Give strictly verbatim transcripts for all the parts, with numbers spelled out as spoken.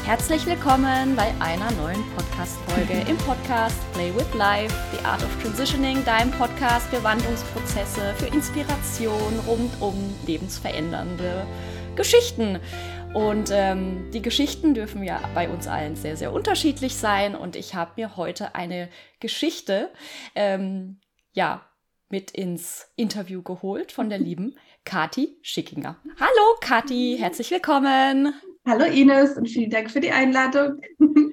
Herzlich willkommen bei einer neuen Podcast-Folge im Podcast Play with Life, The Art of Transitioning, deinem Podcast für Wandlungsprozesse, für Inspiration rund um lebensverändernde Geschichten. Und ähm, die Geschichten dürfen ja bei uns allen sehr, sehr unterschiedlich sein. Und ich habe mir heute eine Geschichte ähm, ja, mit ins Interview geholt von der lieben Kathi Schickinger. Hallo Kathi, herzlich willkommen. Hallo Ines und vielen Dank für die Einladung.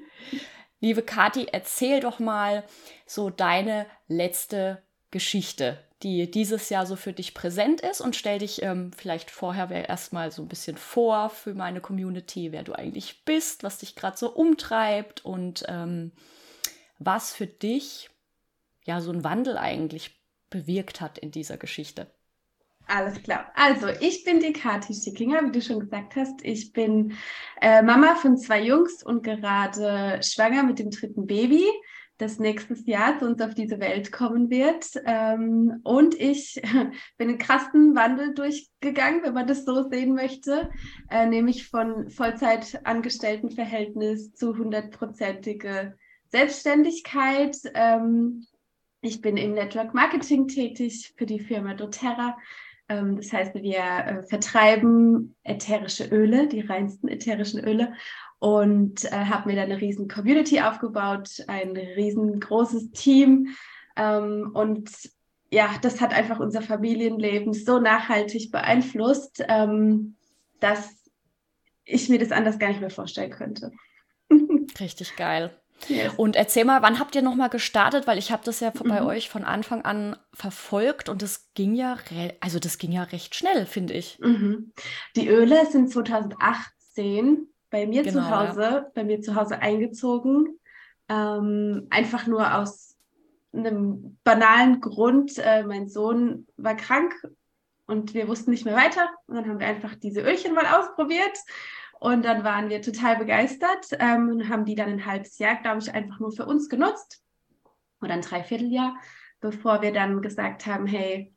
Liebe Kathi, erzähl doch mal so deine letzte Geschichte, die dieses Jahr so für dich präsent ist, und stell dich ähm, vielleicht vorher erstmal so ein bisschen vor für meine Community, wer du eigentlich bist, was dich gerade so umtreibt und ähm, was für dich ja so ein Wandel eigentlich bewirkt hat in dieser Geschichte. Alles klar. Also, ich bin die Kathi Schickinger, wie du schon gesagt hast. Ich bin äh, Mama von zwei Jungs und gerade schwanger mit dem dritten Baby, das nächstes Jahr zu uns auf diese Welt kommen wird. Ähm, und ich bin einen krassen Wandel durchgegangen, wenn man das so sehen möchte, äh, nämlich von Vollzeitangestelltenverhältnis zu hundertprozentige Selbstständigkeit. Ähm, ich bin im Network Marketing tätig für die Firma doTERRA. Das heißt, wir äh, vertreiben ätherische Öle, die reinsten ätherischen Öle, und äh, habe mir da eine riesen Community aufgebaut, ein riesengroßes Team. Ähm, und ja, das hat einfach unser Familienleben so nachhaltig beeinflusst, ähm, dass ich mir das anders gar nicht mehr vorstellen könnte. Richtig geil. Yes. Und erzähl mal, wann habt ihr nochmal gestartet? Weil ich habe das ja Mhm. bei euch von Anfang an verfolgt und das ging ja, re- also das ging ja recht schnell, finde ich. Mhm. Die Öle sind zweitausendachtzehn bei mir Genau, zu Hause, ja. bei mir zu Hause eingezogen. Ähm, einfach nur aus einem banalen Grund. Äh, mein Sohn war krank und wir wussten nicht mehr weiter. Und dann haben wir einfach diese Ölchen mal ausprobiert. Und dann waren wir total begeistert ähm, und haben die dann ein halbes Jahr, glaube ich, einfach nur für uns genutzt. Oder ein Dreivierteljahr, bevor wir dann gesagt haben, hey,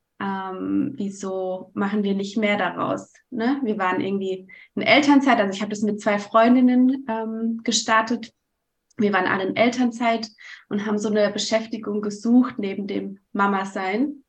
ähm, wieso machen wir nicht mehr daraus? Ne? Wir waren irgendwie in Elternzeit, also ich habe das mit zwei Freundinnen ähm, gestartet. Wir waren alle in Elternzeit und haben so eine Beschäftigung gesucht neben dem Mama-Sein.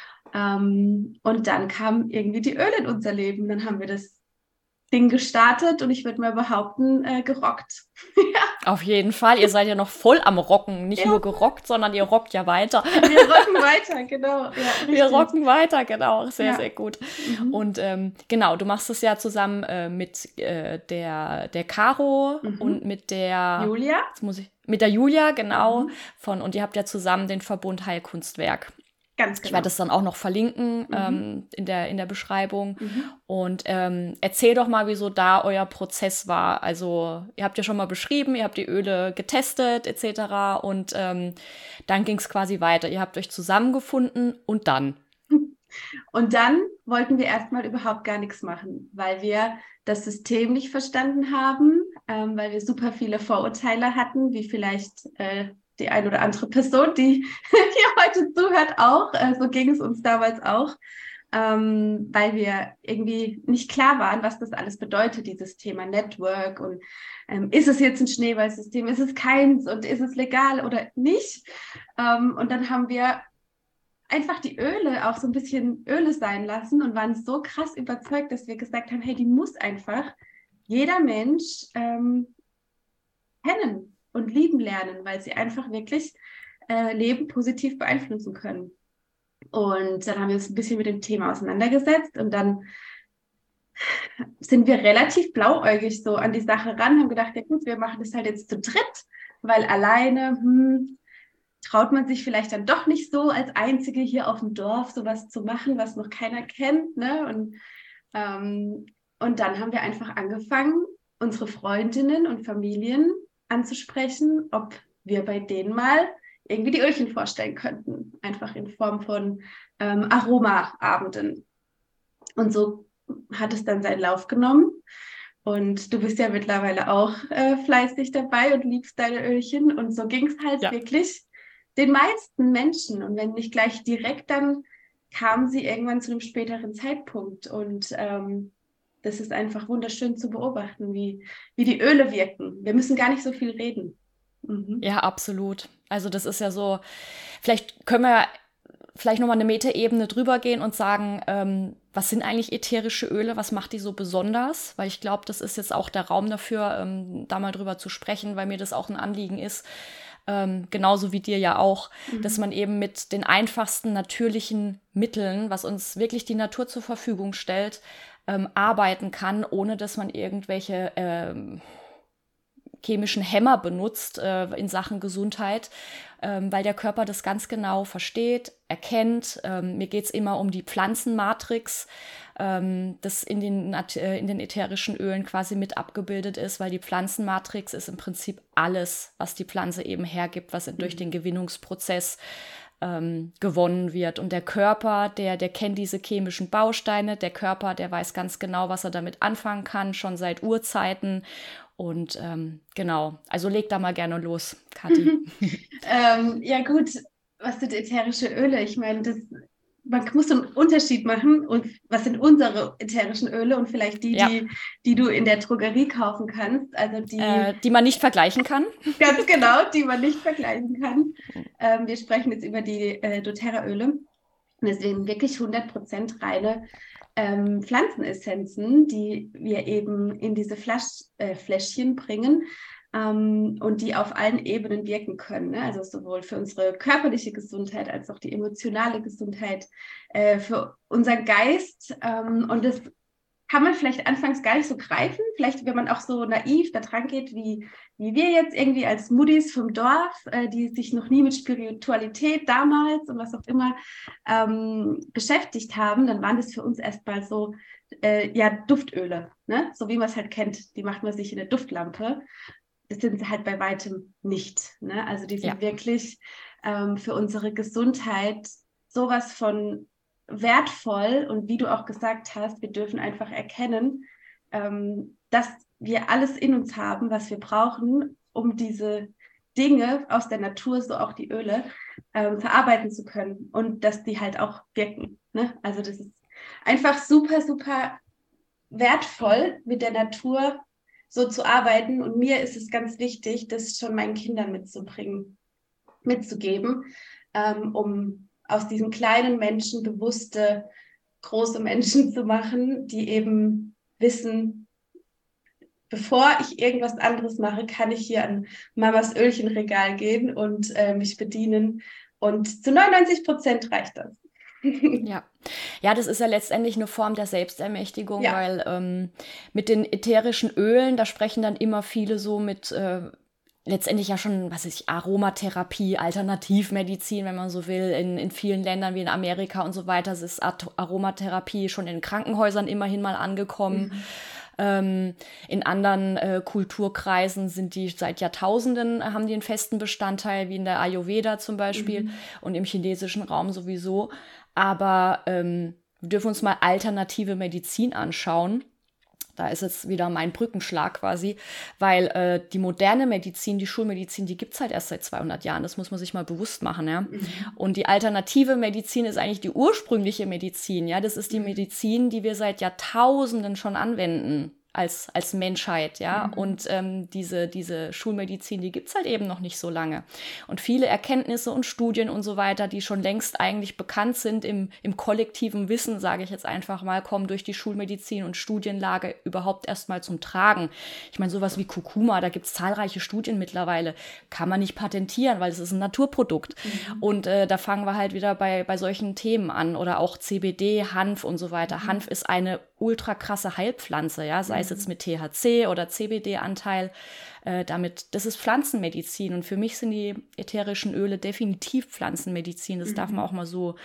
Ähm, und dann kam irgendwie die Öle in unser Leben. Dann haben wir das Ding gestartet und ich würde mal behaupten, äh, gerockt. Auf jeden Fall. Ihr seid ja noch voll am Rocken. Nicht Ja. nur gerockt, sondern ihr rockt ja weiter. Wir rocken weiter, genau. Ja, Wir richtig. rocken weiter, genau. Sehr, Ja. sehr gut. Mhm. Und ähm, genau, du machst es ja zusammen äh, mit äh, der, der Caro Mhm. und mit der Julia. Jetzt muss ich, mit der Julia, genau. Mhm. Von, und ihr habt ja zusammen den Verbund Heilkunstwerk. Ganz genau. Ich werde das dann auch noch verlinken Mhm. ähm, in der, in der Beschreibung. Mhm. Und ähm, erzähl doch mal, wieso da euer Prozess war. Also ihr habt ja schon mal beschrieben, ihr habt die Öle getestet et cetera. Und ähm, dann ging es quasi weiter. Ihr habt euch zusammengefunden und dann? Und dann wollten wir erstmal überhaupt gar nichts machen, weil wir das System nicht verstanden haben, ähm, weil wir super viele Vorurteile hatten, wie vielleicht äh, die ein oder andere Person, die hier heute zuhört, auch. Äh, so ging es uns damals auch, ähm, weil wir irgendwie nicht klar waren, was das alles bedeutet, dieses Thema Network. Und ähm, ist es jetzt ein Schneeballsystem, ist es keins und ist es legal oder nicht? Ähm, und dann haben wir einfach die Öle auch so ein bisschen Öle sein lassen und waren so krass überzeugt, dass wir gesagt haben, hey, die muss einfach jeder Mensch ähm, kennen und lieben lernen, weil sie einfach wirklich äh, Leben positiv beeinflussen können. Und dann haben wir uns ein bisschen mit dem Thema auseinandergesetzt und dann sind wir relativ blauäugig so an die Sache ran, haben gedacht, ja gut, wir machen das halt jetzt zu dritt, weil alleine, hm, traut man sich vielleicht dann doch nicht so als Einzige hier auf dem Dorf sowas zu machen, was noch keiner kennt. Ne? Und, ähm, und dann haben wir einfach angefangen, unsere Freundinnen und Familien anzusprechen, ob wir bei denen mal irgendwie die Ölchen vorstellen könnten. Einfach in Form von ähm, Aromaabenden. Und so hat es dann seinen Lauf genommen. Und du bist ja mittlerweile auch äh, fleißig dabei und liebst deine Ölchen. Und so ging es halt Ja. wirklich den meisten Menschen. Und wenn nicht gleich direkt, dann kamen sie irgendwann zu einem späteren Zeitpunkt. Und ähm, das ist einfach wunderschön zu beobachten, wie, wie die Öle wirken. Wir müssen gar nicht so viel reden. Mhm. Ja, absolut. Also das ist ja so, vielleicht können wir vielleicht nochmal eine Metaebene drüber gehen und sagen, ähm, was sind eigentlich ätherische Öle, was macht die so besonders? Weil ich glaube, das ist jetzt auch der Raum dafür, ähm, da mal drüber zu sprechen, weil mir das auch ein Anliegen ist, ähm, genauso wie dir ja auch, mhm. dass man eben mit den einfachsten natürlichen Mitteln, was uns wirklich die Natur zur Verfügung stellt, ähm, arbeiten kann, ohne dass man irgendwelche ähm, chemischen Hämmer benutzt äh, in Sachen Gesundheit, ähm, weil der Körper das ganz genau versteht, erkennt. Ähm, mir geht es immer um die Pflanzenmatrix, ähm, das in den, äh, in den ätherischen Ölen quasi mit abgebildet ist, weil die Pflanzenmatrix ist im Prinzip alles, was die Pflanze eben hergibt, was mhm. durch den Gewinnungsprozess ähm, gewonnen wird. Und der Körper, der, der kennt diese chemischen Bausteine, der Körper, der weiß ganz genau, was er damit anfangen kann, schon seit Urzeiten. Und ähm, genau, also leg da mal gerne los, Kathi. ähm, ja gut, was sind ätherische Öle? Ich meine, das, man muss einen Unterschied machen. Und was sind unsere ätherischen Öle und vielleicht die, ja. die, die du in der Drogerie kaufen kannst? Also die, äh, die man nicht vergleichen kann. Ganz genau, die man nicht vergleichen kann. Ähm, wir sprechen jetzt über die äh, doTERRA-Öle. Und es sind wirklich hundert Prozent reine Ähm, Pflanzenessenzen, die wir eben in diese Flasch, äh, Fläschchen bringen ähm, und die auf allen Ebenen wirken können. Ne? Also sowohl für unsere körperliche Gesundheit als auch die emotionale Gesundheit, äh, für unseren Geist. Ähm, und das kann man vielleicht anfangs gar nicht so greifen. Vielleicht, wenn man auch so naiv da dran geht, wie, wie wir jetzt irgendwie als Muddis vom Dorf, äh, die sich noch nie mit Spiritualität damals und was auch immer ähm, beschäftigt haben, dann waren das für uns erstmal so, äh, ja, Duftöle, ne? So wie man es halt kennt. Die macht man sich in eine Duftlampe. Das sind sie halt bei weitem nicht. Ne? Also die sind ja. wirklich ähm, für unsere Gesundheit sowas von wertvoll, und wie du auch gesagt hast, wir dürfen einfach erkennen, ähm, dass wir alles in uns haben, was wir brauchen, um diese Dinge aus der Natur, so auch die Öle, ähm, verarbeiten zu können, und dass die halt auch wirken. Ne? Also das ist einfach super, super wertvoll, mit der Natur so zu arbeiten, und mir ist es ganz wichtig, das schon meinen Kindern mitzubringen, mitzugeben, ähm, um aus diesen kleinen Menschen bewusste, große Menschen zu machen, die eben wissen, bevor ich irgendwas anderes mache, kann ich hier an Mamas Ölchenregal gehen und äh, mich bedienen. Und zu neunundneunzig Prozent reicht das. Ja. Ja, das ist ja letztendlich eine Form der Selbstermächtigung, ja. weil ähm, mit den ätherischen Ölen, da sprechen dann immer viele so mit äh, letztendlich ja schon, was weiß ich, Aromatherapie, Alternativmedizin, wenn man so will, in, in vielen Ländern wie in Amerika und so weiter. Es ist Aromatherapie schon in Krankenhäusern immerhin mal angekommen. Mhm. Ähm, in anderen äh, Kulturkreisen sind die seit Jahrtausenden, haben die einen festen Bestandteil, wie in der Ayurveda zum Beispiel, mhm. und im chinesischen Raum sowieso. Aber ähm, wir dürfen uns mal alternative Medizin anschauen. Da ist jetzt wieder mein Brückenschlag quasi, weil äh, die moderne Medizin, die Schulmedizin, die gibt's halt erst seit zweihundert Jahren. Das muss man sich mal bewusst machen, ja. Mhm. Und die alternative Medizin ist eigentlich die ursprüngliche Medizin, ja. Das ist die Medizin, die wir seit Jahrtausenden schon anwenden als als Menschheit, ja. Mhm. Und ähm, diese diese Schulmedizin, die gibt's halt eben noch nicht so lange. Und viele Erkenntnisse und Studien und so weiter, die schon längst eigentlich bekannt sind im im kollektiven Wissen, sage ich jetzt einfach mal, kommen durch die Schulmedizin und Studienlage überhaupt erstmal zum Tragen. Ich meine, sowas wie Kurkuma, da gibt's zahlreiche Studien mittlerweile, kann man nicht patentieren, weil es ist ein Naturprodukt. Mhm. Und äh, da fangen wir halt wieder bei bei solchen Themen an, oder auch C B D, Hanf und so weiter. Mhm. Hanf ist eine ultra krasse Heilpflanze, ja, sei es jetzt mit T H C oder C B D-Anteil, äh, damit, das ist Pflanzenmedizin, und für mich sind die ätherischen Öle definitiv Pflanzenmedizin, das mhm. darf man auch mal so,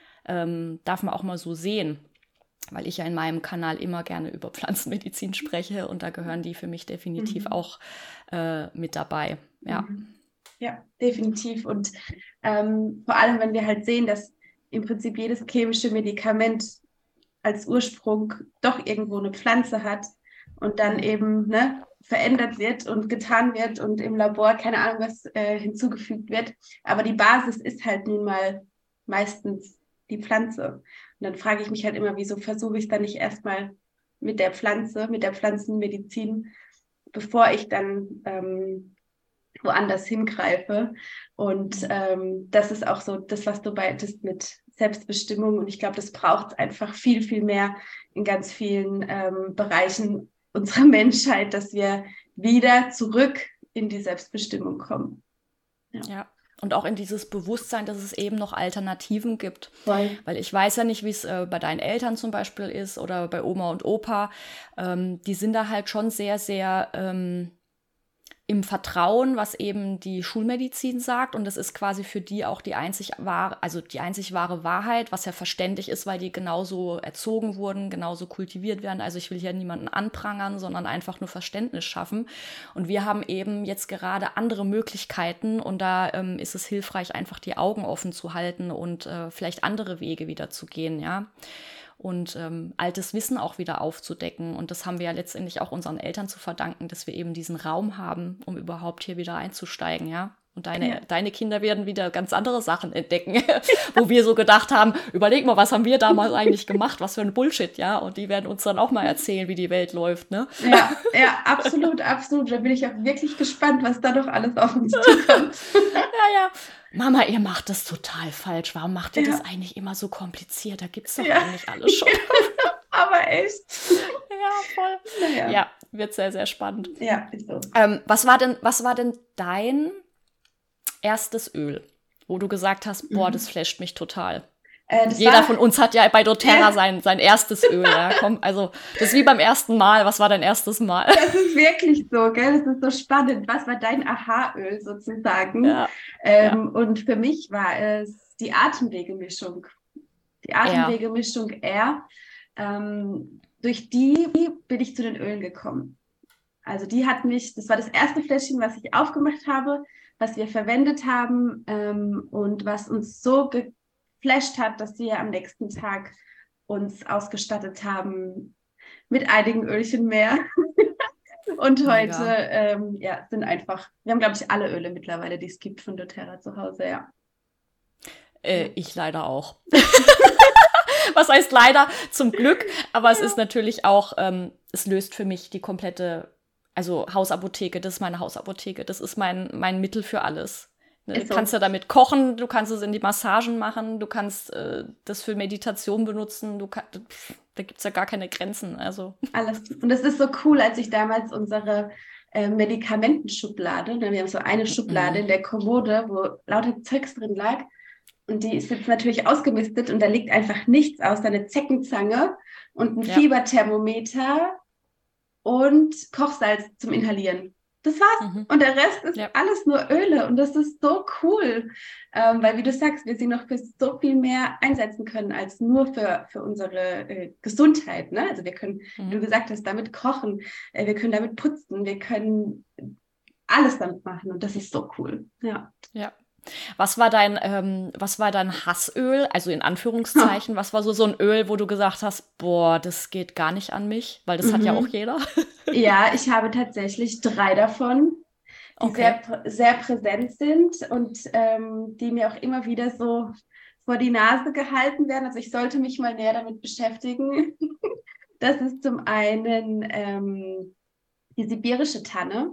ähm, darf man auch mal so sehen, weil ich ja in meinem Kanal immer gerne über Pflanzenmedizin spreche, und da gehören die für mich definitiv mhm. auch äh, mit dabei, ja. Mhm. Ja, definitiv, und ähm, vor allem, wenn wir halt sehen, dass im Prinzip jedes chemische Medikament als Ursprung doch irgendwo eine Pflanze hat und dann eben ne, verändert wird und getan wird und im Labor keine Ahnung was äh, hinzugefügt wird. Aber die Basis ist halt nun mal meistens die Pflanze. Und dann frage ich mich halt immer, wieso versuche ich es dann nicht erstmal mit der Pflanze, mit der Pflanzenmedizin, bevor ich dann ähm, woanders hingreife. Und ähm, das ist auch so das, was du meintest mit Selbstbestimmung. Und ich glaube, das braucht es einfach viel, viel mehr in ganz vielen ähm, Bereichen unserer Menschheit, dass wir wieder zurück in die Selbstbestimmung kommen. Ja. ja. Und auch in dieses Bewusstsein, dass es eben noch Alternativen gibt. Voll. Weil ich weiß ja nicht, wie es äh, bei deinen Eltern zum Beispiel ist oder bei Oma und Opa. Ähm, die sind da halt schon sehr, sehr ähm, im Vertrauen, was eben die Schulmedizin sagt. Und das ist quasi für die auch die einzig wahre, also die einzig wahre Wahrheit, was ja verständlich ist, weil die genauso erzogen wurden, genauso kultiviert werden. Also ich will hier niemanden anprangern, sondern einfach nur Verständnis schaffen. Und wir haben eben jetzt gerade andere Möglichkeiten und da ähm, ist es hilfreich, einfach die Augen offen zu halten und äh, vielleicht andere Wege wieder zu gehen, ja. Und ähm, altes Wissen auch wieder aufzudecken. Und das haben wir ja letztendlich auch unseren Eltern zu verdanken, dass wir eben diesen Raum haben, um überhaupt hier wieder einzusteigen, ja. Und deine, ja. deine Kinder werden wieder ganz andere Sachen entdecken, wo wir so gedacht haben, überleg mal, was haben wir damals eigentlich gemacht, was für ein Bullshit, ja. Und die werden uns dann auch mal erzählen, wie die Welt läuft, ne? Ja, ja, absolut, absolut. Da bin ich auch wirklich gespannt, was da noch alles auf uns zukommt. Ja, ja. Mama, ihr macht das total falsch. Warum macht ihr ja. das eigentlich immer so kompliziert? Da gibt's doch ja. eigentlich alles schon. Aber echt. Ja, voll. Naja. Ja, wird sehr, sehr spannend. Ja, ist so. Ähm, was war denn, was war denn dein erstes Öl, wo du gesagt hast, boah, das flasht mich total? Äh, Jeder war, von uns hat ja bei doTERRA ja. sein, sein erstes Öl. Ja, komm, also das ist wie beim ersten Mal. Was war dein erstes Mal? Das ist wirklich so, gell? Das ist so spannend. Was war dein Aha-Öl sozusagen? Ja. Ähm, ja. Und für mich war es die Atemwegemischung. Die Atemwegemischung R. Ähm, durch die bin ich zu den Ölen gekommen. Also die hat mich, das war das erste Fläschchen, was ich aufgemacht habe, was wir verwendet haben ähm, und was uns so ge geflasht hat, dass wir am nächsten Tag uns ausgestattet haben mit einigen Ölchen mehr. Und heute ähm, ja, sind einfach, wir haben, glaube ich, alle Öle mittlerweile, die es gibt von doTERRA zu Hause, ja. Äh, ich leider auch. Was heißt leider? Zum Glück. Aber es ja. ist natürlich auch, ähm, es löst für mich die komplette, also Hausapotheke, das ist meine Hausapotheke, das ist mein, mein Mittel für alles. Du so. kannst ja damit kochen, du kannst es in die Massagen machen, du kannst äh, das für Meditation benutzen, du kann, pff, da gibt es ja gar keine Grenzen. Also. Alles. Und es ist so cool, als ich damals unsere äh, Medikamentenschublade, ne, wir haben so eine Schublade mhm. in der Kommode, wo lauter Zeugs drin lag und die ist jetzt natürlich ausgemistet und da liegt einfach nichts außer eine Zeckenzange und ein ja. Fieberthermometer und Kochsalz zum Inhalieren. Das war's. Mhm. Und der Rest ist ja. alles nur Öle. Und das ist so cool. Ähm, weil, wie du sagst, wir sie noch für so viel mehr einsetzen können, als nur für, für unsere äh, Gesundheit. Ne? Also wir können, mhm. wie du gesagt hast, damit kochen. Äh, wir können damit putzen. Wir können alles damit machen. Und das ist so cool. Ja. Ja. Was war dein, ähm, was war dein Hassöl? Also in Anführungszeichen, oh. was war so, so ein Öl, wo du gesagt hast, boah, das geht gar nicht an mich? Weil das mhm. hat ja auch jeder. Ja, ich habe tatsächlich drei davon, die okay. sehr, sehr präsent sind und ähm, die mir auch immer wieder so vor die Nase gehalten werden. Also ich sollte mich mal näher damit beschäftigen. Das ist zum einen ähm, die sibirische Tanne.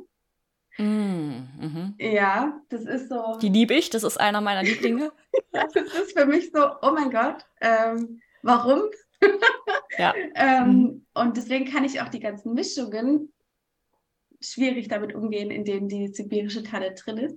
Mm, mhm. Ja, das ist so. Die liebe ich, das ist einer meiner Lieblinge. Das ist für mich so, oh mein Gott, ähm, warum? Ja. ähm, mhm. Und deswegen kann ich auch die ganzen Mischungen schwierig damit umgehen, in denen die sibirische Tanne drin ist.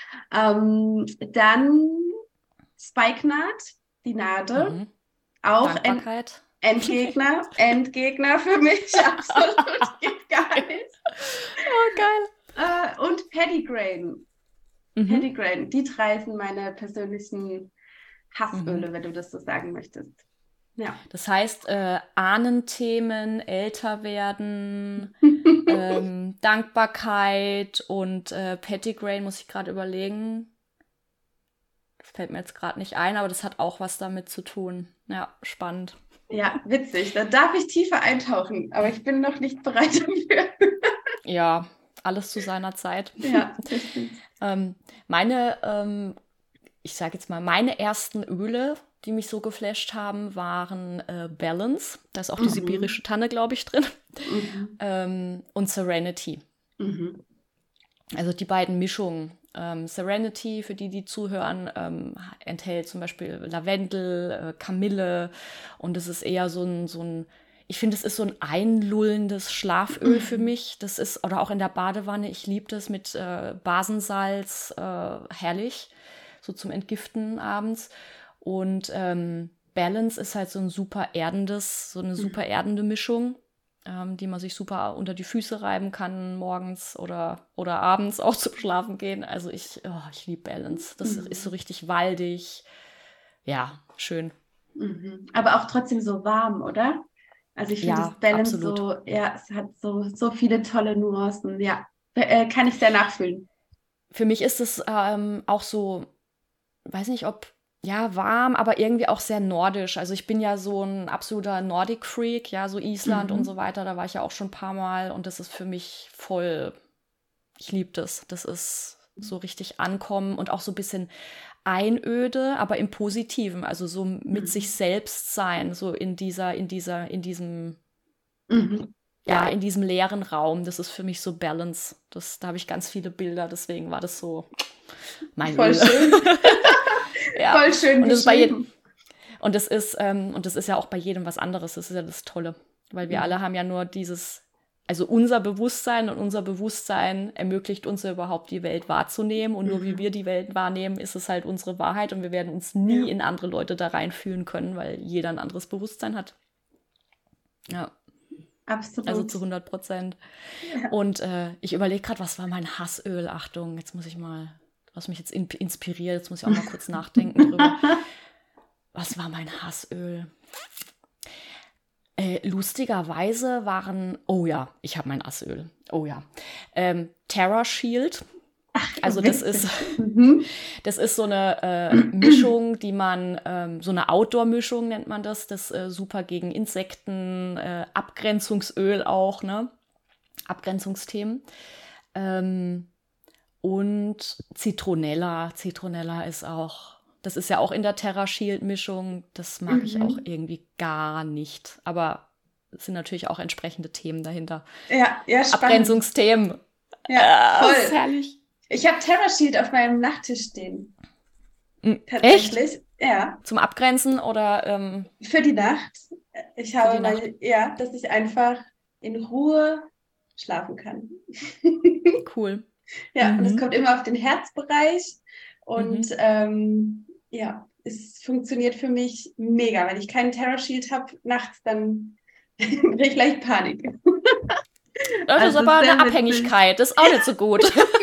Ähm, dann Spikenard, die Nade, mhm. auch End- Endgegner, Endgegner für mich, absolut, geht gar nicht. Oh, geil. Uh, und Petitgrain. Mhm. Petitgrain. Die drei sind meine persönlichen Hassöle, mhm. wenn du das so sagen möchtest. Ja. Das heißt, äh, Ahnenthemen, älter werden, ähm, Dankbarkeit und äh, Petitgrain, muss ich gerade überlegen. Das fällt mir jetzt gerade nicht ein, aber das hat auch was damit zu tun. Ja, spannend. Ja, witzig. Da darf ich tiefer eintauchen, aber ich bin noch nicht bereit dafür. Ja, alles zu seiner Zeit. Ja, das stimmt. ähm, meine, ähm, ich sage jetzt mal, meine ersten Öle, die mich so geflasht haben, waren äh, Balance. Da ist auch die Mhm. sibirische Tanne, glaube ich, drin. Mhm. ähm, und Serenity. Mhm. Also die beiden Mischungen. Ähm, Serenity, für die, die zuhören, ähm, enthält zum Beispiel Lavendel, äh, Kamille. Und es ist eher so ein, so ein ich finde, es ist so ein einlullendes Schlaföl für mich. Das ist, oder auch in der Badewanne, ich liebe das mit äh, Basensalz, äh, herrlich, so zum Entgiften abends. Und ähm, Balance ist halt so ein super erdendes, so eine super erdende Mischung, ähm, die man sich super unter die Füße reiben kann, morgens oder, oder abends auch zum Schlafen gehen. Also ich, oh, ich liebe Balance. Das Mhm. ist so richtig waldig. Ja, schön. Mhm. Aber auch trotzdem so warm, oder? Also ich finde Ja, das Balance absolut. so, ja, es hat so, so viele tolle Nuancen. Ja, äh, kann ich sehr nachfühlen. Für mich ist es ähm, auch so, weiß nicht, ob, ja, warm, aber irgendwie auch sehr nordisch. Also ich bin ja so ein absoluter Nordic-Freak, ja, so Island und so Mhm. weiter. Da war ich ja auch schon ein paar Mal und das ist für mich voll, ich liebe das. Das ist so richtig ankommen und auch so ein bisschen Einöde, aber im Positiven, also so mit sich Mhm. selbst sein, so in dieser, in dieser, in diesem, Mhm. ja, in diesem leeren Raum. Das ist für mich so Balance. Das, da habe ich ganz viele Bilder, deswegen war das so mein Voll Öl. schön. Ja, Voll schön und das ist bei jedem, beschrieben. und das ist, ähm, und das ist ja auch bei jedem was anderes. Das ist ja das Tolle. Weil wir alle Mhm. haben ja nur dieses, also unser Bewusstsein und unser Bewusstsein ermöglicht uns ja überhaupt, die Welt wahrzunehmen. Und nur wie wir Mhm. die Welt wahrnehmen, ist es halt unsere Wahrheit. Und wir werden uns nie Ja. in andere Leute da reinfühlen können, weil jeder ein anderes Bewusstsein hat. Ja, also Absolut. zu hundert Prozent. Ja. Und äh, ich überlege gerade, was war mein Hassöl? Achtung, jetzt muss ich mal, was mich jetzt in, inspiriert, jetzt muss ich auch mal kurz nachdenken drüber. Was war mein Hassöl? Äh, lustigerweise waren, oh ja, ich habe mein Hassöl. Oh ja. Ähm, Terra Shield. Also das ist, Witzig. Mhm. das ist so eine äh, Mischung, die man, ähm, so eine Outdoor-Mischung nennt man das. Das äh, super gegen Insekten, äh, Abgrenzungsöl auch, ne? Abgrenzungsthemen. Ähm, und Zitronella. Zitronella ist auch, das ist ja auch in der Terra Shield-Mischung. Das mag ich auch Mhm. irgendwie gar nicht. Aber es sind natürlich auch entsprechende Themen dahinter. Ja, ja, spannend. Abgrenzungsthemen. Ja, Ah, das ist voll. herrlich. Ich habe Terra Shield auf meinem Nachttisch stehen. Hm, echt? Tatsächlich. Ja. Zum Abgrenzen oder ähm, Für die Nacht. Ich für die habe Nacht? mal, ja, dass ich einfach in Ruhe schlafen kann. Cool. Ja, und es Mhm. kommt immer auf den Herzbereich und Mhm. ähm, ja, es funktioniert für mich mega. Wenn ich keinen Terra Shield habe nachts, dann kriege ich leicht Panik. Das ist Also aber eine sehr witzig. Abhängigkeit. Das ist auch nicht so gut.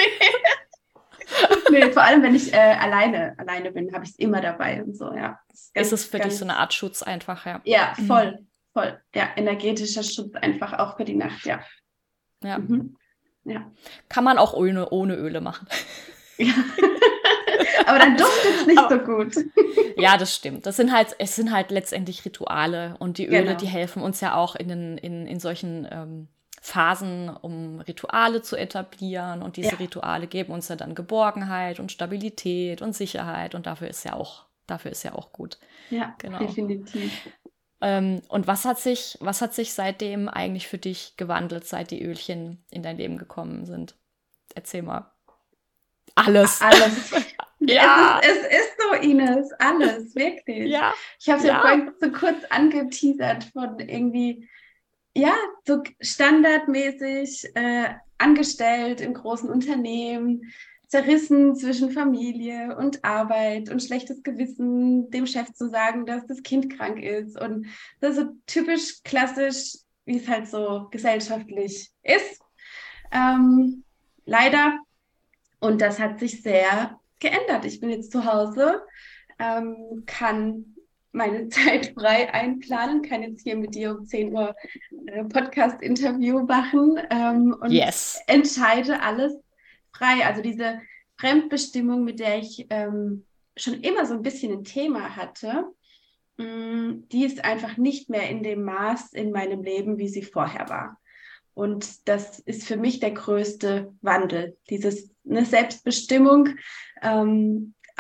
Nee, vor allem, wenn ich äh, alleine, alleine bin, habe ich es immer dabei und so, ja. Das ist Ist es ganz, für dich so eine ganz, Art Schutz einfach, ja. ja, Mhm. voll, voll. Ja, energetischer Schutz einfach auch für die Nacht, ja. Ja. Mhm. Ja. Kann man auch ohne, ohne Öle machen. Ja. Aber dann duftet es nicht Aber, so gut. ja, das stimmt. Das sind halt, es sind halt letztendlich Rituale und die Öle, die Genau. helfen uns ja auch in, den, in, in solchen ähm, Phasen, um Rituale zu etablieren und diese Ja, Rituale geben uns ja dann Geborgenheit und Stabilität und Sicherheit und dafür ist ja auch, dafür ist ja auch gut. ja, Genau. definitiv. Ähm, und was hat sich, was hat sich seitdem eigentlich für dich gewandelt, seit die Ölchen in dein Leben gekommen sind? Erzähl mal. Alles. Alles. Ja, Es ist, es ist so, Ines, alles, wirklich. ja, Ich habe es ja ja. vorhin so kurz angeteasert von irgendwie, ja, so standardmäßig äh, angestellt im großen Unternehmen, zerrissen zwischen Familie und Arbeit und schlechtes Gewissen, dem Chef zu sagen, dass das Kind krank ist. Und das ist so typisch klassisch, wie es halt so gesellschaftlich ist. Ähm, leider. Und das hat sich sehr geändert. Ich bin jetzt zu Hause, ähm, kann meine Zeit frei einplanen, kann jetzt hier mit dir um zehn Uhr äh, Podcast-Interview machen ähm, und Yes. entscheide alles frei. Also diese Fremdbestimmung, mit der ich ähm, schon immer so ein bisschen ein Thema hatte, mh, die ist einfach nicht mehr in dem Maß in meinem Leben, wie sie vorher war. Und das ist für mich der größte Wandel, dieses eine Selbstbestimmung, ähm,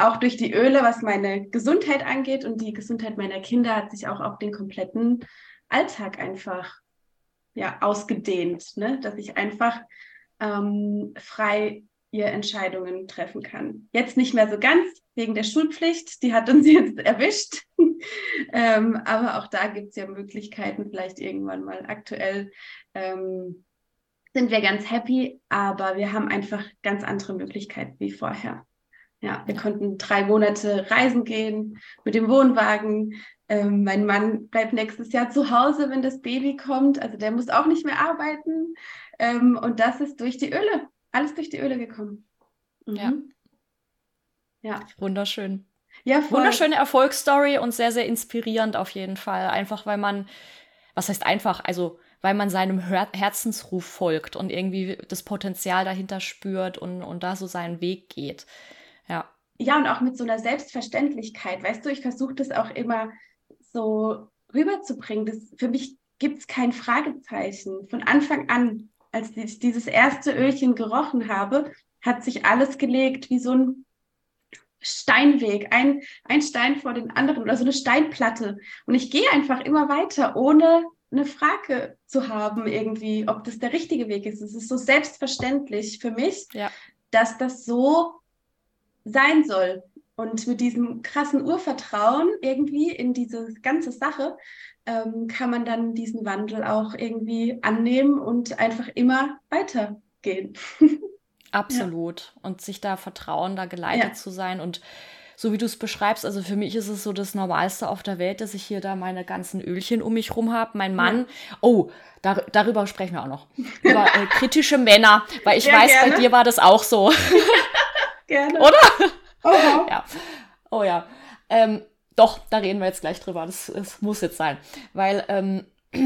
auch durch die Öle, was meine Gesundheit angeht und die Gesundheit meiner Kinder, hat sich auch auf den kompletten Alltag einfach ja, ausgedehnt, ne? Dass ich einfach ähm, frei ihr Entscheidungen treffen kann. Jetzt nicht mehr so ganz, wegen der Schulpflicht, die hat uns jetzt erwischt. ähm, aber auch da gibt es ja Möglichkeiten, vielleicht irgendwann mal. Aktuell ähm, sind wir ganz happy, aber wir haben einfach ganz andere Möglichkeiten wie vorher. Ja, wir konnten drei Monate reisen gehen mit dem Wohnwagen. Ähm, mein Mann bleibt nächstes Jahr zu Hause, wenn das Baby kommt. Also der muss auch nicht mehr arbeiten. Ähm, und das ist durch die Öle. Alles durch die Öle gekommen. Mhm. Ja. Ja. Wunderschön. Ja, voll. Wunderschöne Erfolgsstory und sehr, sehr inspirierend auf jeden Fall. Einfach, weil man, was heißt einfach, also weil man seinem Her- Herzensruf folgt und irgendwie das Potenzial dahinter spürt und, und da so seinen Weg geht. Ja. Ja, und auch mit so einer Selbstverständlichkeit. Weißt du, ich versuche das auch immer so rüberzubringen. Das, für mich gibt es kein Fragezeichen. Von Anfang an, als ich dieses erste Ölchen gerochen habe, hat sich alles gelegt wie so ein Steinweg, ein, ein Stein vor den anderen oder so eine Steinplatte. Und ich gehe einfach immer weiter, ohne eine Frage zu haben irgendwie, ob das der richtige Weg ist. Es ist so selbstverständlich für mich, Ja. dass das so sein soll. Und mit diesem krassen Urvertrauen irgendwie in diese ganze Sache ähm, kann man dann diesen Wandel auch irgendwie annehmen und einfach immer weitergehen. Absolut. Ja. Und sich da vertrauen, da geleitet ja. zu sein. Und so wie du es beschreibst, also für mich ist es so das Normalste auf der Welt, dass ich hier da meine ganzen Ölchen um mich rum habe. Mein Mann, ja. oh, dar- darüber sprechen wir auch noch. Über äh, kritische Männer, weil ich ja, weiß, gerne. Bei dir war das auch so. Gerne. Oder? Oha. Ja. Oh ja. Ähm, doch, da reden wir jetzt gleich drüber. Das, das muss jetzt sein. Weil ähm,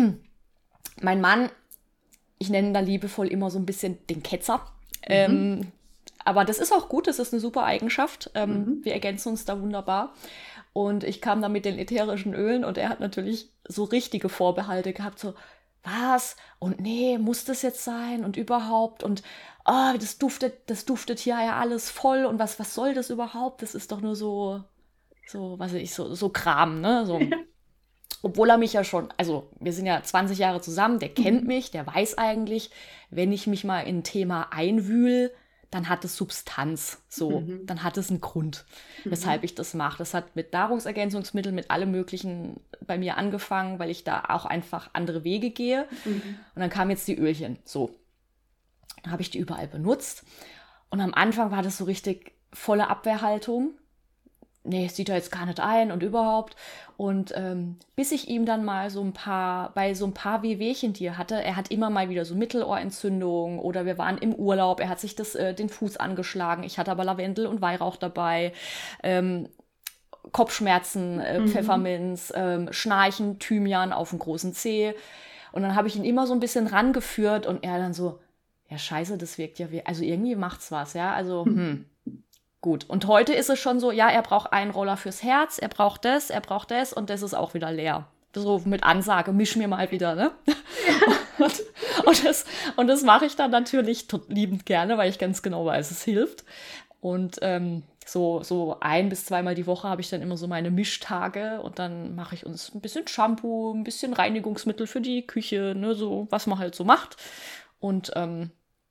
mein Mann, ich nenne ihn da liebevoll immer so ein bisschen den Ketzer. Mhm. Ähm, aber das ist auch gut, das ist eine super Eigenschaft. Ähm, mhm. Wir ergänzen uns da wunderbar. Und ich kam dann mit den ätherischen Ölen und er hat natürlich so richtige Vorbehalte gehabt, so, was? Und nee, muss das jetzt sein? Und überhaupt? Und oh, das duftet, das duftet hier ja alles voll. Und was, was soll das überhaupt? Das ist doch nur so, so, was weiß ich, so, so Kram, ne? So. Obwohl er mich ja schon, also wir sind ja zwanzig Jahre zusammen, der kennt mhm. mich, der weiß eigentlich, wenn ich mich mal in ein Thema einwühle, dann hat es Substanz, so, mhm. dann hat es einen Grund, mhm. weshalb ich das mache. Das hat mit Nahrungsergänzungsmitteln, mit allem Möglichen bei mir angefangen, weil ich da auch einfach andere Wege gehe. Mhm. Und dann kamen jetzt die Ölchen, so. Dann habe ich die überall benutzt. Und am Anfang war das so richtig volle Abwehrhaltung. Nee, sieht er jetzt gar nicht ein und überhaupt. Und ähm, bis ich ihm dann mal so ein paar, bei so ein paar Wehwehchen, die er hatte, er hat immer mal wieder so Mittelohrentzündungen oder wir waren im Urlaub, er hat sich das, äh, den Fuß angeschlagen, ich hatte aber Lavendel und Weihrauch dabei, ähm, Kopfschmerzen, äh, mhm. Pfefferminz, ähm, Schnarchen, Thymian auf dem großen Zeh. Und dann habe ich ihn immer so ein bisschen rangeführt und er dann so, ja scheiße, das wirkt ja, weh. Also irgendwie macht's was, ja, also hm. Gut, und heute ist es schon so, ja, er braucht einen Roller fürs Herz, er braucht das, er braucht das und das ist auch wieder leer. So mit Ansage, misch mir mal wieder, ne? Ja. Und, und das, und das mache ich dann natürlich liebend gerne, weil ich ganz genau weiß, es hilft. Und ähm, so, so ein- bis zweimal die Woche habe ich dann immer so meine Mischtage und dann mache ich uns ein bisschen Shampoo, ein bisschen Reinigungsmittel für die Küche, ne, so was man halt so macht. Und ähm,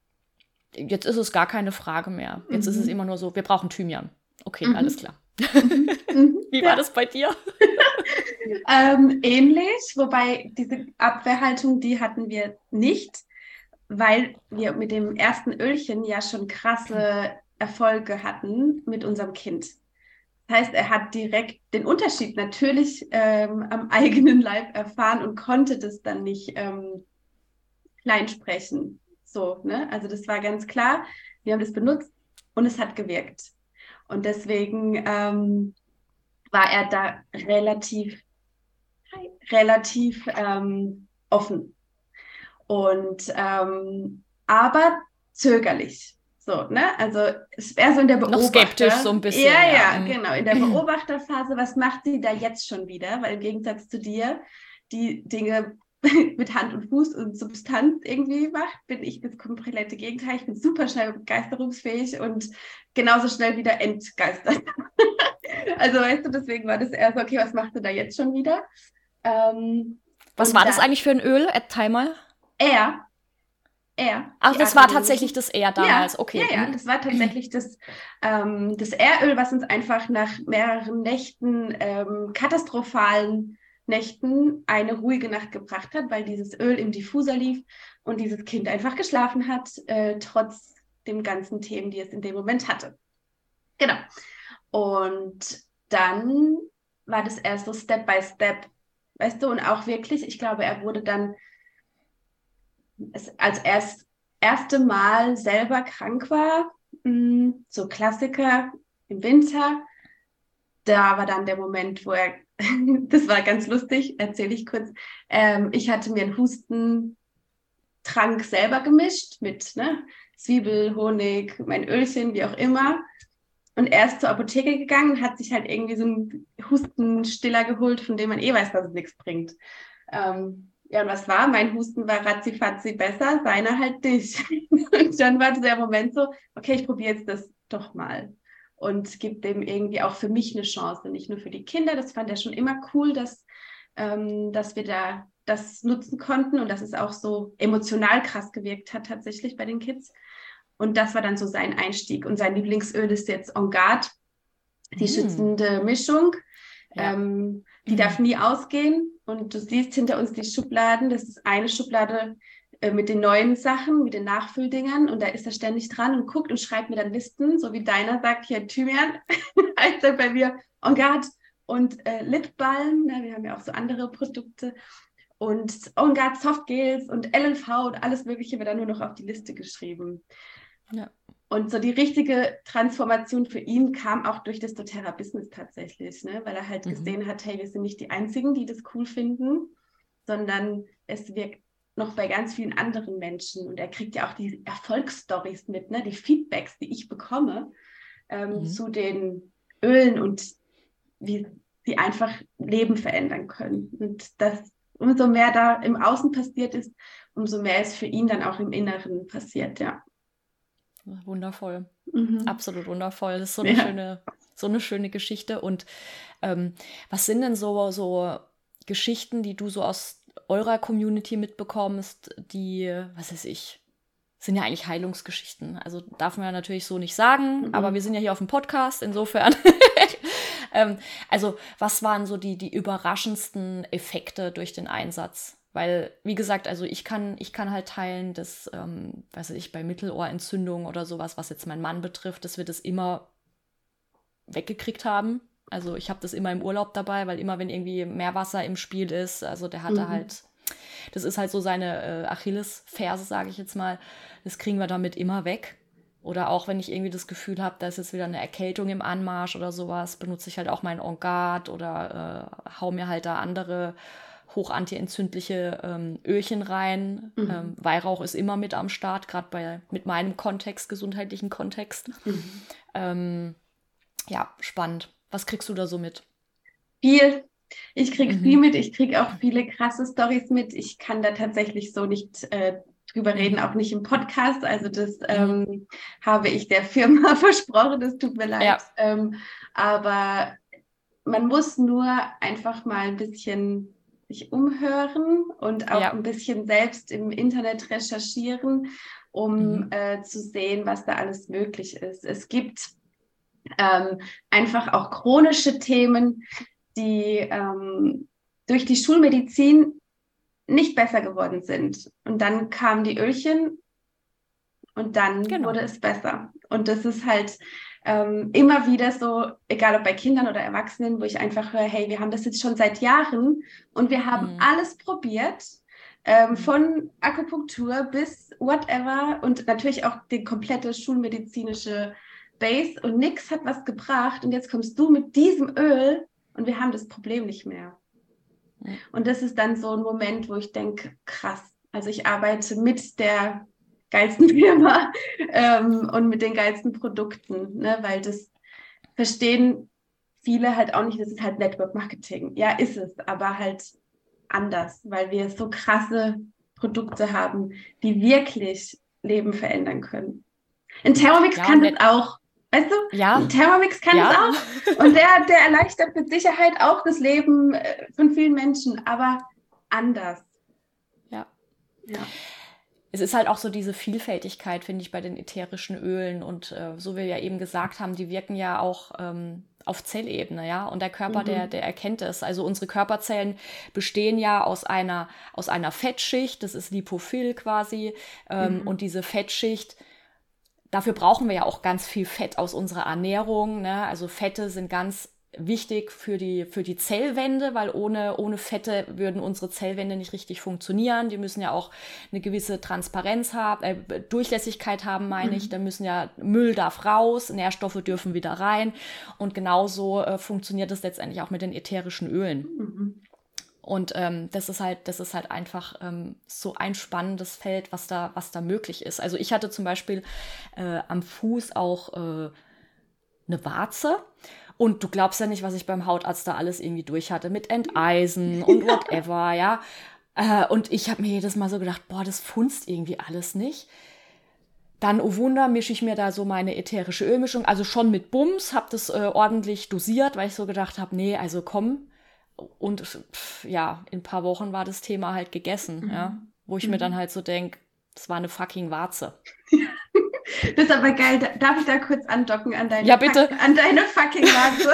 jetzt ist es gar keine Frage mehr. Jetzt mhm. ist es immer nur so, wir brauchen Thymian. Okay, mhm. alles klar. Mhm. Wie war ja. das bei dir? ähm, ähnlich, wobei diese Abwehrhaltung, die hatten wir nicht, weil wir mit dem ersten Ölchen ja schon krasse Erfolge hatten mit unserem Kind. Das heißt, er hat direkt den Unterschied natürlich ähm, am eigenen Leib erfahren und konnte das dann nicht ähm, klein sprechen. So, ne? Also das war ganz klar, wir haben das benutzt und es hat gewirkt. Und deswegen ähm, war er da relativ, relativ ähm, offen. Und ähm, aber zögerlich. So, ne? Also es wäre so in der Beobachter. Noch skeptisch so ein bisschen. Ja, ja, ja, genau. In der Beobachterphase, was macht sie da jetzt schon wieder? Weil im Gegensatz zu dir, die Dinge mit Hand und Fuß und Substanz irgendwie macht, bin ich das komplette Gegenteil. Ich bin super schnell begeisterungsfähig und genauso schnell wieder entgeistert. Also weißt du, deswegen war das eher so, okay, was machst du da jetzt schon wieder? Ähm, Was und war das da, eigentlich für ein Öl? Erzähl mal. er, er, Ach, die das war Adlerlilien. tatsächlich das er Ja, damals. Okay. ja, ja, Mhm. das war tatsächlich das, ähm, das Erdöl, was uns einfach nach mehreren Nächten, ähm, katastrophalen Nächten, eine ruhige Nacht gebracht hat, weil dieses Öl im Diffuser lief und dieses Kind einfach geschlafen hat, äh, trotz dem ganzen Themen, die es in dem Moment hatte. Genau. Und dann war das erst so Step by Step, weißt du, und auch wirklich, ich glaube, er wurde dann es, als er das erste Mal selber krank war, mh, so Klassiker im Winter, da war dann der Moment, wo er, das war ganz lustig, erzähle ich kurz, ähm, ich hatte mir einen Hustentrank selber gemischt mit ne, Zwiebel, Honig, mein Ölchen, wie auch immer. Und er ist zur Apotheke gegangen und hat sich halt irgendwie so einen Hustenstiller geholt, von dem man eh weiß, dass es nichts bringt. Ähm, ja, und was war? Mein Husten war ratzifatzi besser, seiner halt nicht. Und dann war der Moment so, okay, ich probiere jetzt das doch mal. Und gebe dem irgendwie auch für mich eine Chance, nicht nur für die Kinder. Das fand er schon immer cool, dass, ähm, dass wir da das nutzen konnten und dass es auch so emotional krass gewirkt hat tatsächlich bei den Kids. Und das war dann so sein Einstieg. Und sein Lieblingsöl ist jetzt On Guard, die Mm. schützende Mischung. Ja. Ähm, die Mhm. darf nie ausgehen. Und du siehst hinter uns die Schubladen. Das ist eine Schublade äh, mit den neuen Sachen, mit den Nachfülldingern. Und da ist er ständig dran und guckt und schreibt mir dann Listen, so wie deiner sagt, hier Thymian, heißt dann bei mir On Guard und äh, Lipbalm. Ne? Wir haben ja auch so andere Produkte. Und On Guard Softgels und L L V und alles Mögliche wird dann nur noch auf die Liste geschrieben. Ja. Und so die richtige Transformation für ihn kam auch durch das doTERRA Business tatsächlich, ne? Weil er halt Mhm. gesehen hat, hey, wir sind nicht die Einzigen, die das cool finden, sondern es wirkt noch bei ganz vielen anderen Menschen. Und er kriegt ja auch die Erfolgsstories mit, ne? Die Feedbacks, die ich bekomme ähm, Mhm. zu den Ölen und wie sie einfach Leben verändern können. Und das, umso mehr da im Außen passiert ist, umso mehr ist für ihn dann auch im Inneren passiert, ja. Wundervoll. Mhm. Absolut wundervoll. Das ist so eine Ja. schöne, so eine schöne Geschichte. Und ähm, was sind denn so, so Geschichten, die du so aus eurer Community mitbekommst, die, was weiß ich, sind ja eigentlich Heilungsgeschichten. Also darf man ja natürlich so nicht sagen, Mhm. aber wir sind ja hier auf dem Podcast, insofern. ähm, also was waren so die, die überraschendsten Effekte durch den Einsatz? Weil, wie gesagt, also ich kann, ich kann halt teilen, dass, ähm, weiß ich, bei Mittelohrentzündung oder sowas, was jetzt meinen Mann betrifft, dass wir das immer weggekriegt haben. Also ich habe das immer im Urlaub dabei, weil immer, wenn irgendwie Meerwasser im Spiel ist, also der hatte Mhm. halt, das ist halt so seine äh, Achillesferse, sage ich jetzt mal, das kriegen wir damit immer weg. Oder auch, wenn ich irgendwie das Gefühl habe, da ist jetzt wieder eine Erkältung im Anmarsch oder sowas, benutze ich halt auch meinen On Guard oder äh, hau mir halt da andere hochantientzündliche ähm, Ölchen rein. Mhm. Ähm, Weihrauch ist immer mit am Start, gerade bei mit meinem Kontext, gesundheitlichen Kontext. Mhm. Ähm, ja, spannend. Was kriegst du da so mit? Viel. Ich kriege Mhm. viel mit. Ich kriege auch viele krasse Storys mit. Ich kann da tatsächlich so nicht äh, drüber Mhm. reden, auch nicht im Podcast. Also das ähm, habe ich der Firma versprochen. Das tut mir leid. Ja. Ähm, aber man muss nur einfach mal ein bisschen sich umhören und auch Ja. ein bisschen selbst im Internet recherchieren, um Mhm. äh, zu sehen, was da alles möglich ist. Es gibt ähm, einfach auch chronische Themen, die ähm, durch die Schulmedizin nicht besser geworden sind. Und dann kamen die Ölchen und dann Genau. wurde es besser. Und das ist halt ähm, immer wieder so, egal ob bei Kindern oder Erwachsenen, wo ich einfach höre, hey, wir haben das jetzt schon seit Jahren und wir haben Mhm. alles probiert, ähm, Mhm. von Akupunktur bis whatever und natürlich auch die komplette schulmedizinische Base und nichts hat was gebracht und jetzt kommst du mit diesem Öl und wir haben das Problem nicht mehr. Mhm. Und das ist dann so ein Moment, wo ich denke, krass, also ich arbeite mit der geilsten Firma ähm, und mit den geilsten Produkten, ne? Weil das verstehen viele halt auch nicht, das ist halt Network Marketing. Ja, ist es, aber halt anders, weil wir so krasse Produkte haben, die wirklich Leben verändern können. Ein Thermomix Ja, kann und das auch. Weißt du, ja, ein Thermomix kann das ja. auch. Und der, der erleichtert mit Sicherheit auch das Leben äh, von vielen Menschen, aber anders. Ja. Ja. Es ist halt auch so diese Vielfältigkeit, finde ich, bei den ätherischen Ölen. Und äh, so wie wir ja eben gesagt haben, die wirken ja auch ähm, auf Zellebene, ja. Und der Körper, Mhm. der, der erkennt es. Also unsere Körperzellen bestehen ja aus einer, aus einer Fettschicht, das ist Lipophyll quasi. Ähm, Mhm. Und diese Fettschicht, dafür brauchen wir ja auch ganz viel Fett aus unserer Ernährung, ne? Also Fette sind ganz wichtig für die, für die Zellwände, weil ohne, ohne Fette würden unsere Zellwände nicht richtig funktionieren. Die müssen ja auch eine gewisse Transparenz haben, äh, Durchlässigkeit haben, meine ich. Da müssen ja, Müll darf raus, Nährstoffe dürfen wieder rein. Und genauso äh, funktioniert das letztendlich auch mit den ätherischen Ölen. Mhm. Und ähm, das ist halt, das ist halt einfach ähm, so ein spannendes Feld, was da, was da möglich ist. Also ich hatte zum Beispiel äh, am Fuß auch äh, eine Warze. Und du glaubst ja nicht, was ich beim Hautarzt da alles irgendwie durch hatte. Mit Enteisen und whatever, ja. Äh, und ich habe mir jedes Mal so gedacht, boah, das funzt irgendwie alles nicht. Dann, oh Wunder, mische ich mir da so meine ätherische Ölmischung. Also schon mit Bums, habe das äh, ordentlich dosiert, weil ich so gedacht habe, nee, also komm. Und pff, ja, in ein paar Wochen war das Thema halt gegessen, Mhm. ja. Wo ich Mhm. mir dann halt so denke, das war eine fucking Warze. Das ist aber geil. Darf ich da kurz andocken an deine, Ja, bitte. Fuck, an deine fucking Warze?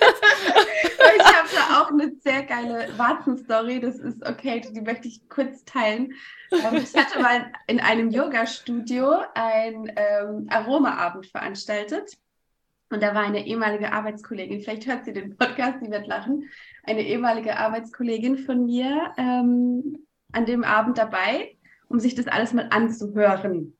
Ich habe da auch eine sehr geile Warzen-Story. Das ist okay, die möchte ich kurz teilen. Ähm, ich hatte mal in einem Yoga-Studio ein ähm, Aromaabend veranstaltet. Und da war eine ehemalige Arbeitskollegin, vielleicht hört sie den Podcast, die wird lachen, eine ehemalige Arbeitskollegin von mir ähm, an dem Abend dabei, um sich das alles mal anzuhören.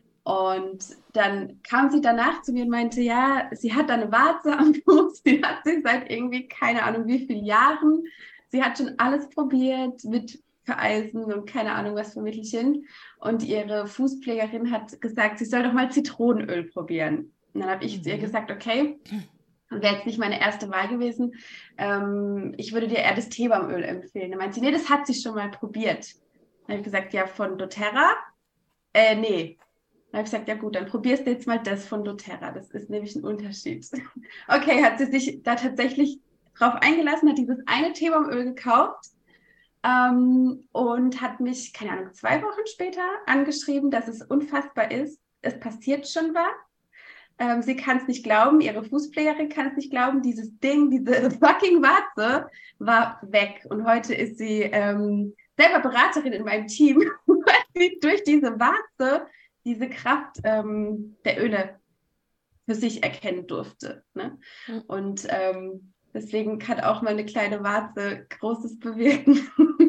Und dann kam sie danach zu mir und meinte, ja, sie hat da eine Warze am Fuß, sie hat sich seit irgendwie keine Ahnung wie vielen Jahren, sie hat schon alles probiert mit Vereisen und keine Ahnung was für Mittelchen. Und ihre Fußpflegerin hat gesagt, sie soll doch mal Zitronenöl probieren. Und dann habe ich zu ihr gesagt, okay, wäre jetzt nicht meine erste Wahl gewesen, ähm, ich würde dir eher das Teebaumöl empfehlen. Dann meinte sie, nee, das hat sie schon mal probiert. Dann habe ich gesagt, ja, von doTERRA? Äh, nee. Dann habe ich gesagt, ja gut, dann probierst du jetzt mal das von doTERRA. Das ist nämlich ein Unterschied. Okay, hat sie sich da tatsächlich drauf eingelassen, hat dieses eine Teebaumöl gekauft ähm, und hat mich, keine Ahnung, zwei Wochen später angeschrieben, dass es unfassbar ist. Es passiert schon was. Ähm, sie kann es nicht glauben, ihre Fußpflegerin kann es nicht glauben. Dieses Ding, diese fucking Warze war weg. Und heute ist sie ähm, selber Beraterin in meinem Team, weil sie durch diese Warze diese Kraft ähm, der Öle für sich erkennen durfte. Ne? Mhm. Und ähm, deswegen kann auch mal eine kleine Warze Großes bewirken.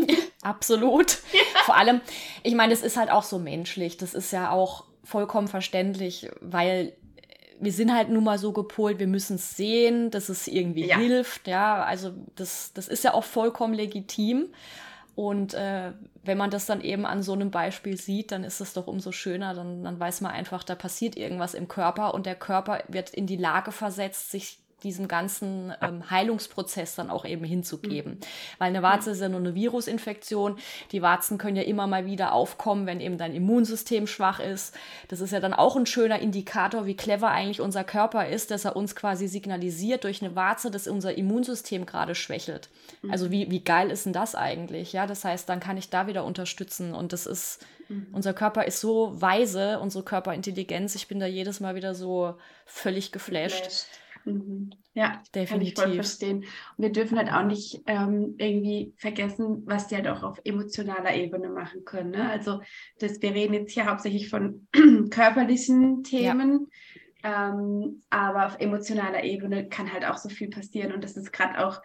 Absolut. Ja. Vor allem, ich meine, das ist halt auch so menschlich. Das ist ja auch vollkommen verständlich, weil wir sind halt nun mal so gepolt, wir müssen es sehen, dass es irgendwie ja. hilft. Ja, also das, das ist ja auch vollkommen legitim. Und äh, wenn man das dann eben an so einem Beispiel sieht, dann ist es doch umso schöner. Dann, dann weiß man einfach, da passiert irgendwas im Körper und der Körper wird in die Lage versetzt, sich diesem ganzen ähm, Heilungsprozess dann auch eben hinzugeben. Mhm. Weil eine Warze ist ja nur eine Virusinfektion. Die Warzen können ja immer mal wieder aufkommen, wenn eben dein Immunsystem schwach ist. Das ist ja dann auch ein schöner Indikator, wie clever eigentlich unser Körper ist, dass er uns quasi signalisiert durch eine Warze, dass unser Immunsystem gerade schwächelt. Mhm. Also wie, wie geil ist denn das eigentlich? Ja, das heißt, dann kann ich da wieder unterstützen. Und das ist, mhm. unser Körper ist so weise, unsere Körperintelligenz. Ich bin da jedes Mal wieder so völlig geflasht. geflasht. Mhm. Ja, definitiv. Kann ich voll verstehen. Und wir dürfen halt auch nicht ähm, irgendwie vergessen, was die halt auch auf emotionaler Ebene machen können. Ne? Also das, wir reden jetzt hier hauptsächlich von körperlichen Themen, ja. ähm, aber auf emotionaler Ebene kann halt auch so viel passieren. Und das ist gerade auch,